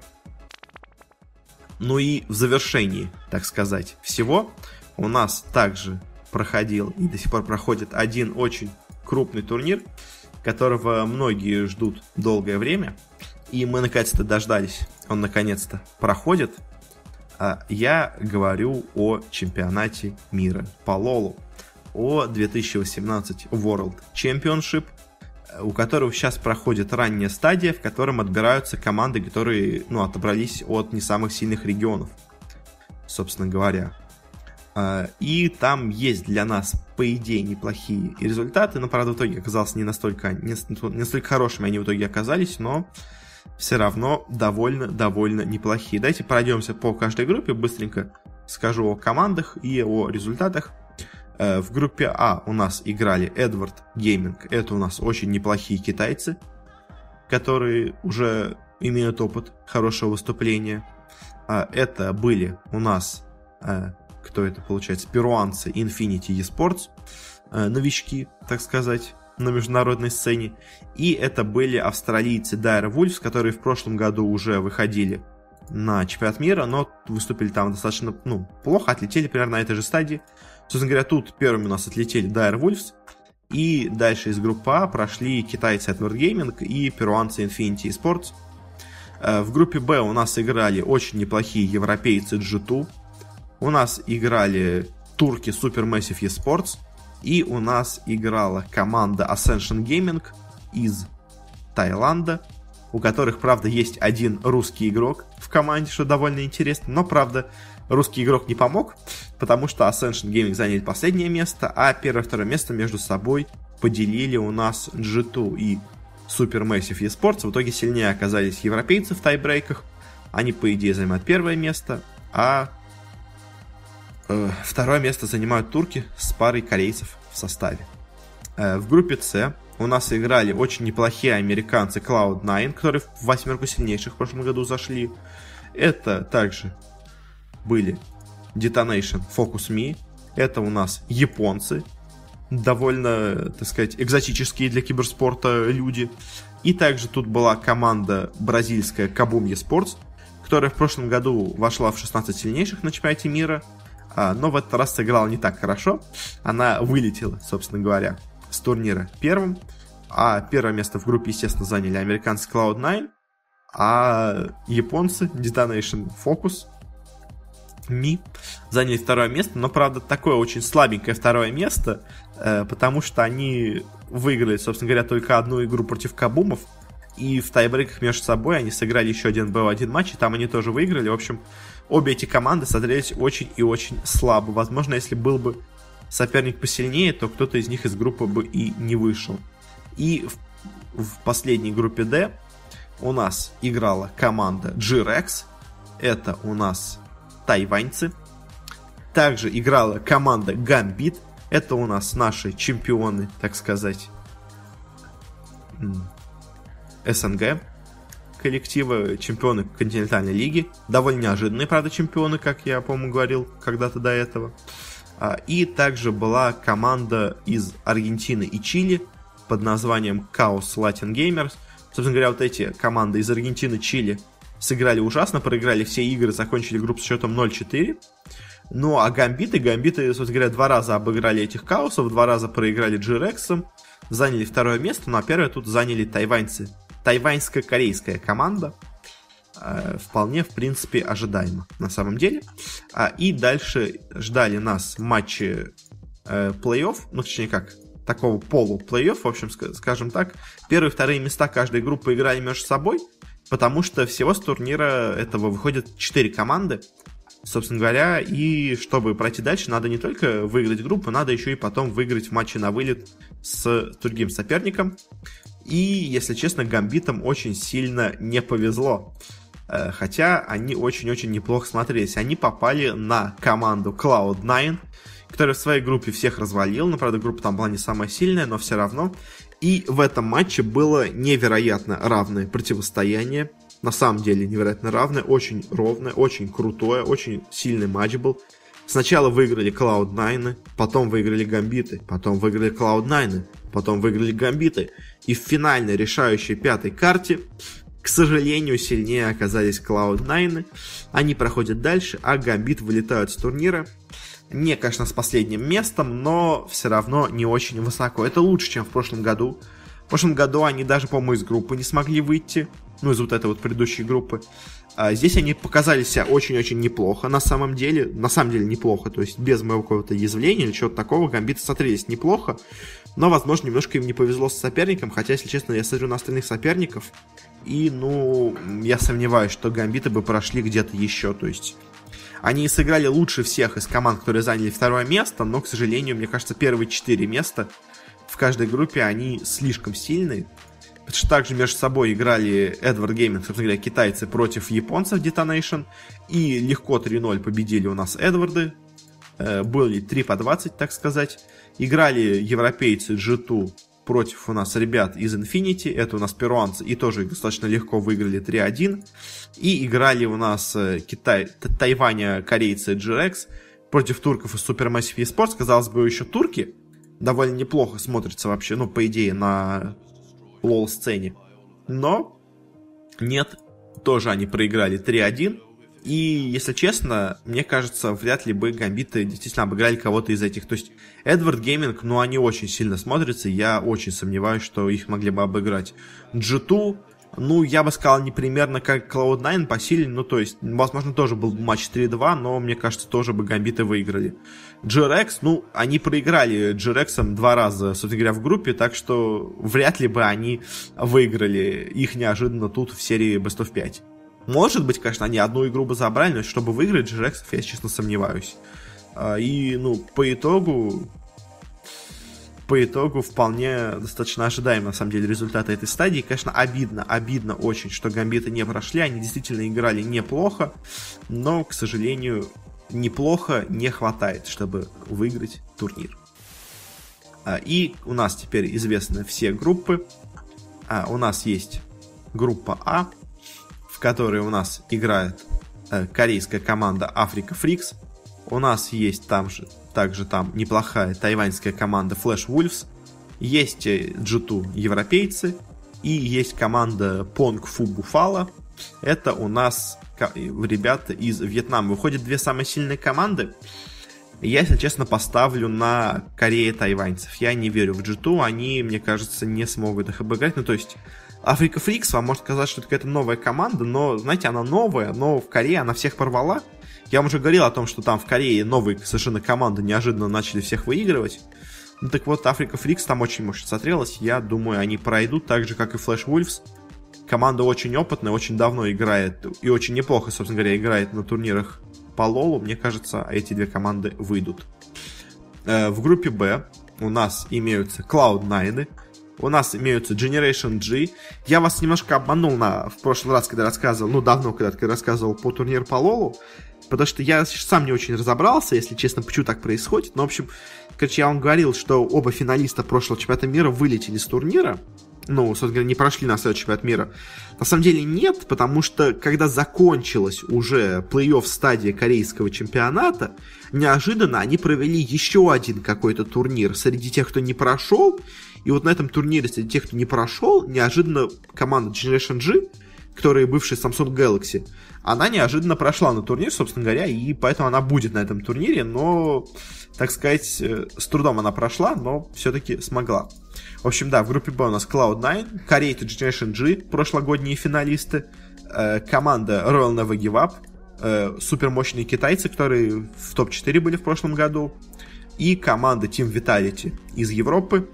Speaker 1: И в завершении, так сказать, всего у нас также проходил и до сих пор проходит один очень крупный турнир, которого многие ждут долгое время. И мы наконец-то дождались, он наконец-то проходит. Я говорю о чемпионате мира по лолу, о 2018 World Championship, у которого сейчас проходит ранняя стадия, в котором отбираются команды, которые отобрались от не самых сильных регионов, собственно говоря. И там есть для нас, по идее, неплохие результаты, но, правда, в итоге оказалось не настолько хорошими они в итоге оказались, но все равно довольно неплохие. Давайте пройдемся по каждой группе, быстренько скажу о командах и о результатах. В группе А у нас играли Edward Gaming, это у нас очень неплохие китайцы, которые уже имеют опыт хорошего выступления. Это были у нас, кто это получается, перуанцы Infinity Esports, новички, так сказать, на международной сцене. И это были австралийцы Dire Wolves, которые в прошлом году уже выходили на чемпионат мира, но выступили там достаточно плохо, отлетели примерно на этой же стадии. Собственно говоря, тут первыми у нас отлетели Dire Wolves, и дальше из группы А прошли китайцы Edward Gaming и перуанцы Infinity Esports. В группе Б у нас играли очень неплохие европейцы G2, У нас играли турки Supermassive Esports. И у нас играла команда Ascension Gaming из Таиланда, у которых, правда, есть один русский игрок в команде, что довольно интересно. Но, правда, русский игрок не помог, потому что Ascension Gaming заняли последнее место, а первое и второе место между собой поделили у нас G2 и Supermassive Esports. В итоге сильнее оказались европейцы в тайбрейках. Они, по идее, занимают первое место, а второе место занимают турки с парой корейцев в составе. В группе С у нас играли очень неплохие американцы Cloud9, которые в восьмерку сильнейших в прошлом году зашли. Это также были Detonation, Focus.Me. Это у нас японцы, довольно, так сказать, экзотические для киберспорта люди. И также тут была команда бразильская Kabum Esports, которая в прошлом году вошла в 16 сильнейших на чемпионате мира, но в этот раз сыграла не так хорошо. Она вылетела, собственно говоря, с турнира первым. А первое место в группе, естественно, заняли американцы Cloud9, а японцы Detonation Focus.Me заняли второе место. Но, правда, такое очень слабенькое второе место, потому что они выиграли, собственно говоря, только одну игру против Кабумов. И в тайбрейках между собой они сыграли еще один BO1 матч, и там они тоже выиграли. В общем, обе эти команды смотрелись очень и очень слабо. Возможно, если был бы соперник посильнее, то кто-то из них из группы бы и не вышел. И в последней группе D у нас играла команда G-Rex. Это у нас тайваньцы. Также играла команда Gambit. Это у нас наши чемпионы, так сказать, СНГ коллектива, чемпионы континентальной лиги. Довольно неожиданные, правда, чемпионы, как я, по-моему, говорил когда-то до этого. И также была команда из Аргентины и Чили под названием Chaos Latin Gamers. Собственно говоря, вот эти команды из Аргентины и Чили сыграли ужасно, проиграли все игры, закончили группу с счетом 0-4. Ну, а гамбиты, собственно говоря, 2 раза обыграли этих Chaos'ов, 2 раза проиграли G-Rex'ом, заняли второе место, ну а первое тут заняли тайваньцы. Тайваньско-корейская команда. Вполне, в принципе, ожидаемо на самом деле. И дальше ждали нас матчи плей-офф, ну, точнее как, такого полу-плей-офф, в общем, скажем так. Первые и вторые места каждой группы играли между собой, потому что всего с турнира этого выходят 4 команды, собственно говоря, и чтобы пройти дальше, надо не только выиграть группу, надо еще и потом выиграть в матче на вылет с другим соперником. И, если честно, гамбитам очень сильно не повезло. Хотя они очень-очень неплохо смотрелись. Они попали на команду Cloud9, которая в своей группе всех развалила. Но, правда, группа там была не самая сильная, но все равно. И в этом матче было невероятно равное противостояние. На самом деле невероятно равное, очень ровное, очень крутое, очень сильный матч был. Сначала выиграли Cloud9, потом выиграли гамбиты, потом выиграли Cloud9, потом выиграли гамбиты. И в финальной решающей 5-й карте, к сожалению, сильнее оказались Cloud9. Они проходят дальше, а гамбит вылетают с турнира. Не, конечно, с последним местом, но все равно не очень высоко. Это лучше, чем в прошлом году. В прошлом году они даже, по-моему, из группы не смогли выйти. Ну, из вот этой вот предыдущей группы. Здесь они показали себя очень-очень неплохо, на самом деле неплохо, то есть без моего какого-то язвления или чего-то такого, гамбиты смотрелись неплохо, но, возможно, немножко им не повезло с соперником, хотя, если честно, я смотрю на остальных соперников, и, я сомневаюсь, что гамбиты бы прошли где-то еще, то есть они сыграли лучше всех из команд, которые заняли второе место, но, к сожалению, мне кажется, первые 4 места в каждой группе, они слишком сильные. Потому что также между собой играли Edward Gaming, собственно говоря, китайцы против японцев Detonation. И легко 3-0 победили у нас Эдварды. Были 3-20, так сказать. Играли европейцы G2 против у нас ребят из Infinity. Это у нас перуанцы. И тоже достаточно легко выиграли 3-1. И играли у нас Тайваня корейцы G-Rex против турков из Supermassive Esports. Казалось бы, еще турки довольно неплохо смотрятся вообще, по идее, на лол-сцене. Но нет, тоже они проиграли 3-1. И, если честно, мне кажется, вряд ли бы гамбиты действительно обыграли кого-то из этих. То есть, Edward Gaming, они очень сильно смотрятся. Я очень сомневаюсь, что их могли бы обыграть. G2, Ну, я бы сказал, не примерно как Cloud9 по силе, ну, то есть, возможно, тоже был бы матч 3-2, но, мне кажется, тоже бы гамбиты выиграли. GRX, ну, они проиграли GRX 2 раза, собственно говоря, в группе, так что вряд ли бы они выиграли их неожиданно тут в серии Best of 5. Может быть, конечно, они одну игру бы забрали, но чтобы выиграть GRX, я, честно, сомневаюсь. И, ну, по итогу вполне достаточно ожидаем, на самом деле, результаты этой стадии. Конечно, обидно очень, что гамбиты не прошли. Они действительно играли неплохо, но, к сожалению, неплохо не хватает, чтобы выиграть турнир. И у нас теперь известны все группы. У нас есть группа А, в которой у нас играет корейская команда Africa Freaks. У нас есть также там неплохая тайваньская команда Flash Wolves, есть G2 европейцы и есть команда Pong Fu Buffalo. Это у нас ребята из Вьетнама. Выходят две самые сильные команды. Я, если честно, поставлю на Корею тайваньцев. Я не верю в G2, они, мне кажется, не смогут их обыграть. Ну, то есть, Africa Freaks вам может сказать, что это какая-то новая команда, но, знаете, она новая, но в Корее она всех порвала. Я вам уже говорил о том, что там в Корее новые совершенно команды неожиданно начали всех выигрывать. Ну так вот, Africa Freaks там очень мощно смотрелась. Я думаю, они пройдут так же, как и Flash Wolves. Команда очень опытная, очень давно играет и очень неплохо, собственно говоря, играет на турнирах по лолу. Мне кажется, эти две команды выйдут. В группе Б у нас имеются Cloud9, у нас имеются Generation G. Я вас немножко обманул в прошлый раз, когда рассказывал, когда рассказывал по турниру по лолу, потому что я сам не очень разобрался, если честно, почему так происходит. Но, в общем, короче, я вам говорил, что оба финалиста прошлого чемпионата мира вылетели с турнира. Ну, собственно говоря, не прошли на следующий чемпионат мира. На самом деле нет, потому что, когда закончилась уже плей-офф стадия корейского чемпионата, неожиданно они провели еще один какой-то турнир среди тех, кто не прошел. И вот на этом турнире среди тех, кто не прошел, неожиданно команда Generation G, которая бывшая Samsung Galaxy, она неожиданно прошла на турнир, собственно говоря, и поэтому она будет на этом турнире, но, так сказать, с трудом она прошла, но все-таки смогла. В общем, да, в группе Б у нас Cloud9, корейцы Generation G, прошлогодние финалисты, команда Royal Never Give Up, супермощные китайцы, которые в топ-4 были в прошлом году, и команда Team Vitality из Европы.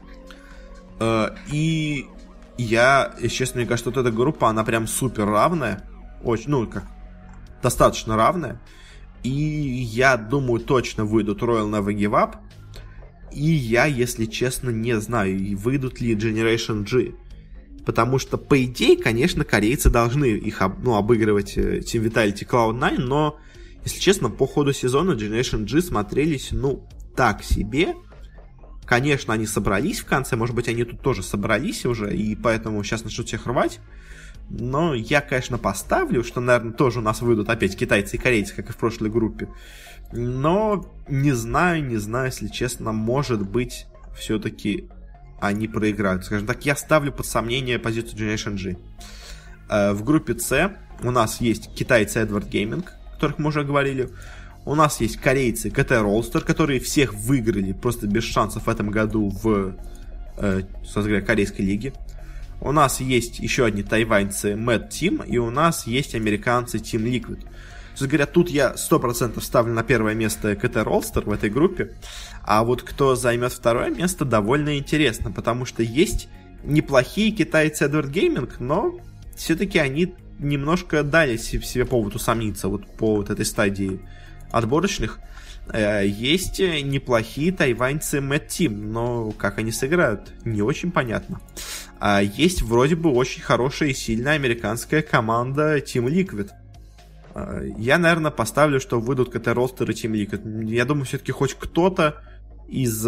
Speaker 1: И я, если честно, мне кажется, вот эта группа, она прям супер равная, очень, достаточно равная, и я думаю, точно выйдут Royal Never Give Up. И я, если честно, не знаю, выйдут ли Generation G. Потому что, по идее, конечно, корейцы должны их обыгрывать Team Vitality Cloud9, но, если честно, по ходу сезона Generation G смотрелись, так себе. Конечно, они собрались в конце, может быть, они тут тоже собрались уже, и поэтому сейчас начнут всех рвать. Но я, конечно, поставлю, что, наверное, тоже у нас выйдут опять китайцы и корейцы, как и в прошлой группе. Но не знаю, если честно, может быть, все-таки они проиграют. Скажем так, я ставлю под сомнение позицию Generation G. В группе С у нас есть китайцы Edward Gaming, о которых мы уже говорили. У нас есть корейцы KT Rolster, которые всех выиграли просто без шансов в этом году в, собственно говоря, корейской лиге. У нас есть еще одни тайваньцы Mad Team, и у нас есть американцы Team Liquid. Собственно говоря, тут я 100% ставлю на первое место KT Rolster в этой группе, а вот кто займет второе место, довольно интересно, потому что есть неплохие китайцы Edward Gaming, но все-таки они немножко дали себе повод усомниться вот по вот этой стадии отборочных. Есть неплохие тайваньцы Mad Team, но как они сыграют, не очень понятно. Есть вроде бы очень хорошая и сильная американская команда Team Liquid. Я, наверное, поставлю, что выйдут KT Rolster и Team Liquid. Я думаю, все-таки хоть кто-то из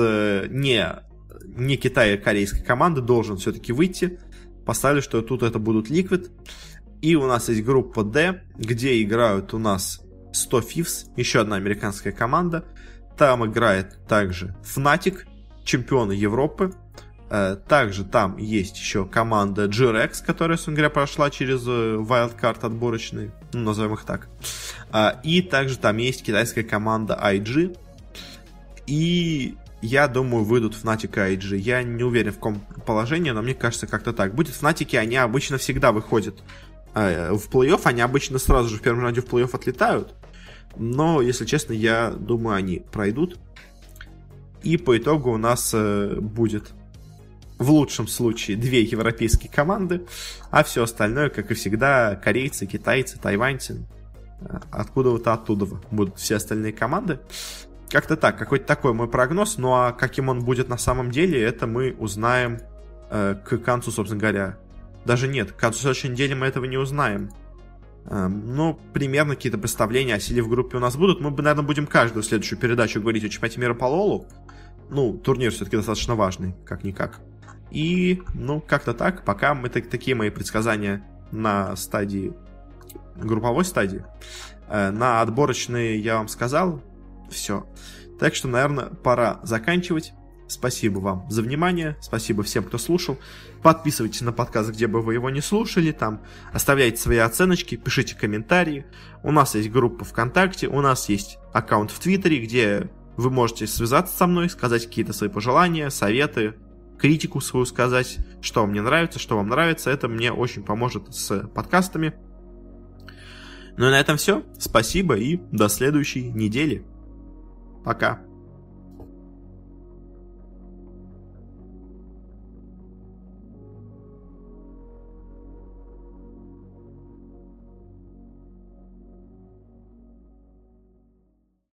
Speaker 1: не Китая корейской команды должен все-таки выйти. Поставлю, что тут это будут Liquid. И у нас есть группа D, где играют у нас 100 Thieves, еще одна американская команда. Там играет также Fnatic, чемпионы Европы. Также там есть еще команда GRX, которая, собственно говоря, прошла через wildcard отборочный, назовем их так. И также там есть китайская команда IG. И я думаю, выйдут Fnatic и IG. Я не уверен, в каком положении, но мне кажется, как-то так. Будет Fnatic, они обычно всегда выходят в плей-офф, они обычно сразу же в первом раунде в плей-офф отлетают. Но, если честно, я думаю, они пройдут. И по итогу у нас будет в лучшем случае 2 европейские команды, а все остальное, как и всегда, корейцы, китайцы, тайваньцы, откуда-то оттуда будут все остальные команды. Как-то так, какой-то такой мой прогноз. Ну а каким он будет на самом деле, это мы узнаем к концу, собственно говоря. Даже нет, к концу следующей недели мы этого не узнаем. Но примерно какие-то представления о силе в группе у нас будут. Мы, наверное, будем каждую следующую передачу говорить о чемпионате мира по лолу. Ну, турнир все-таки достаточно важный, как-никак. И, как-то так. Пока такие мои предсказания на стадии, групповой стадии. На отборочные я вам сказал. Все. Так что, наверное, пора заканчивать. Спасибо вам за внимание. Спасибо всем, кто слушал. Подписывайтесь на подкаст, где бы вы его не слушали. Там оставляйте свои оценочки, пишите комментарии. У нас есть группа ВКонтакте, у нас есть аккаунт в Твиттере, где вы можете связаться со мной, сказать какие-то свои пожелания, советы, критику свою сказать, что вам не нравится, что вам нравится. Это мне очень поможет с подкастами. Ну и на этом все. Спасибо и до следующей недели. Пока.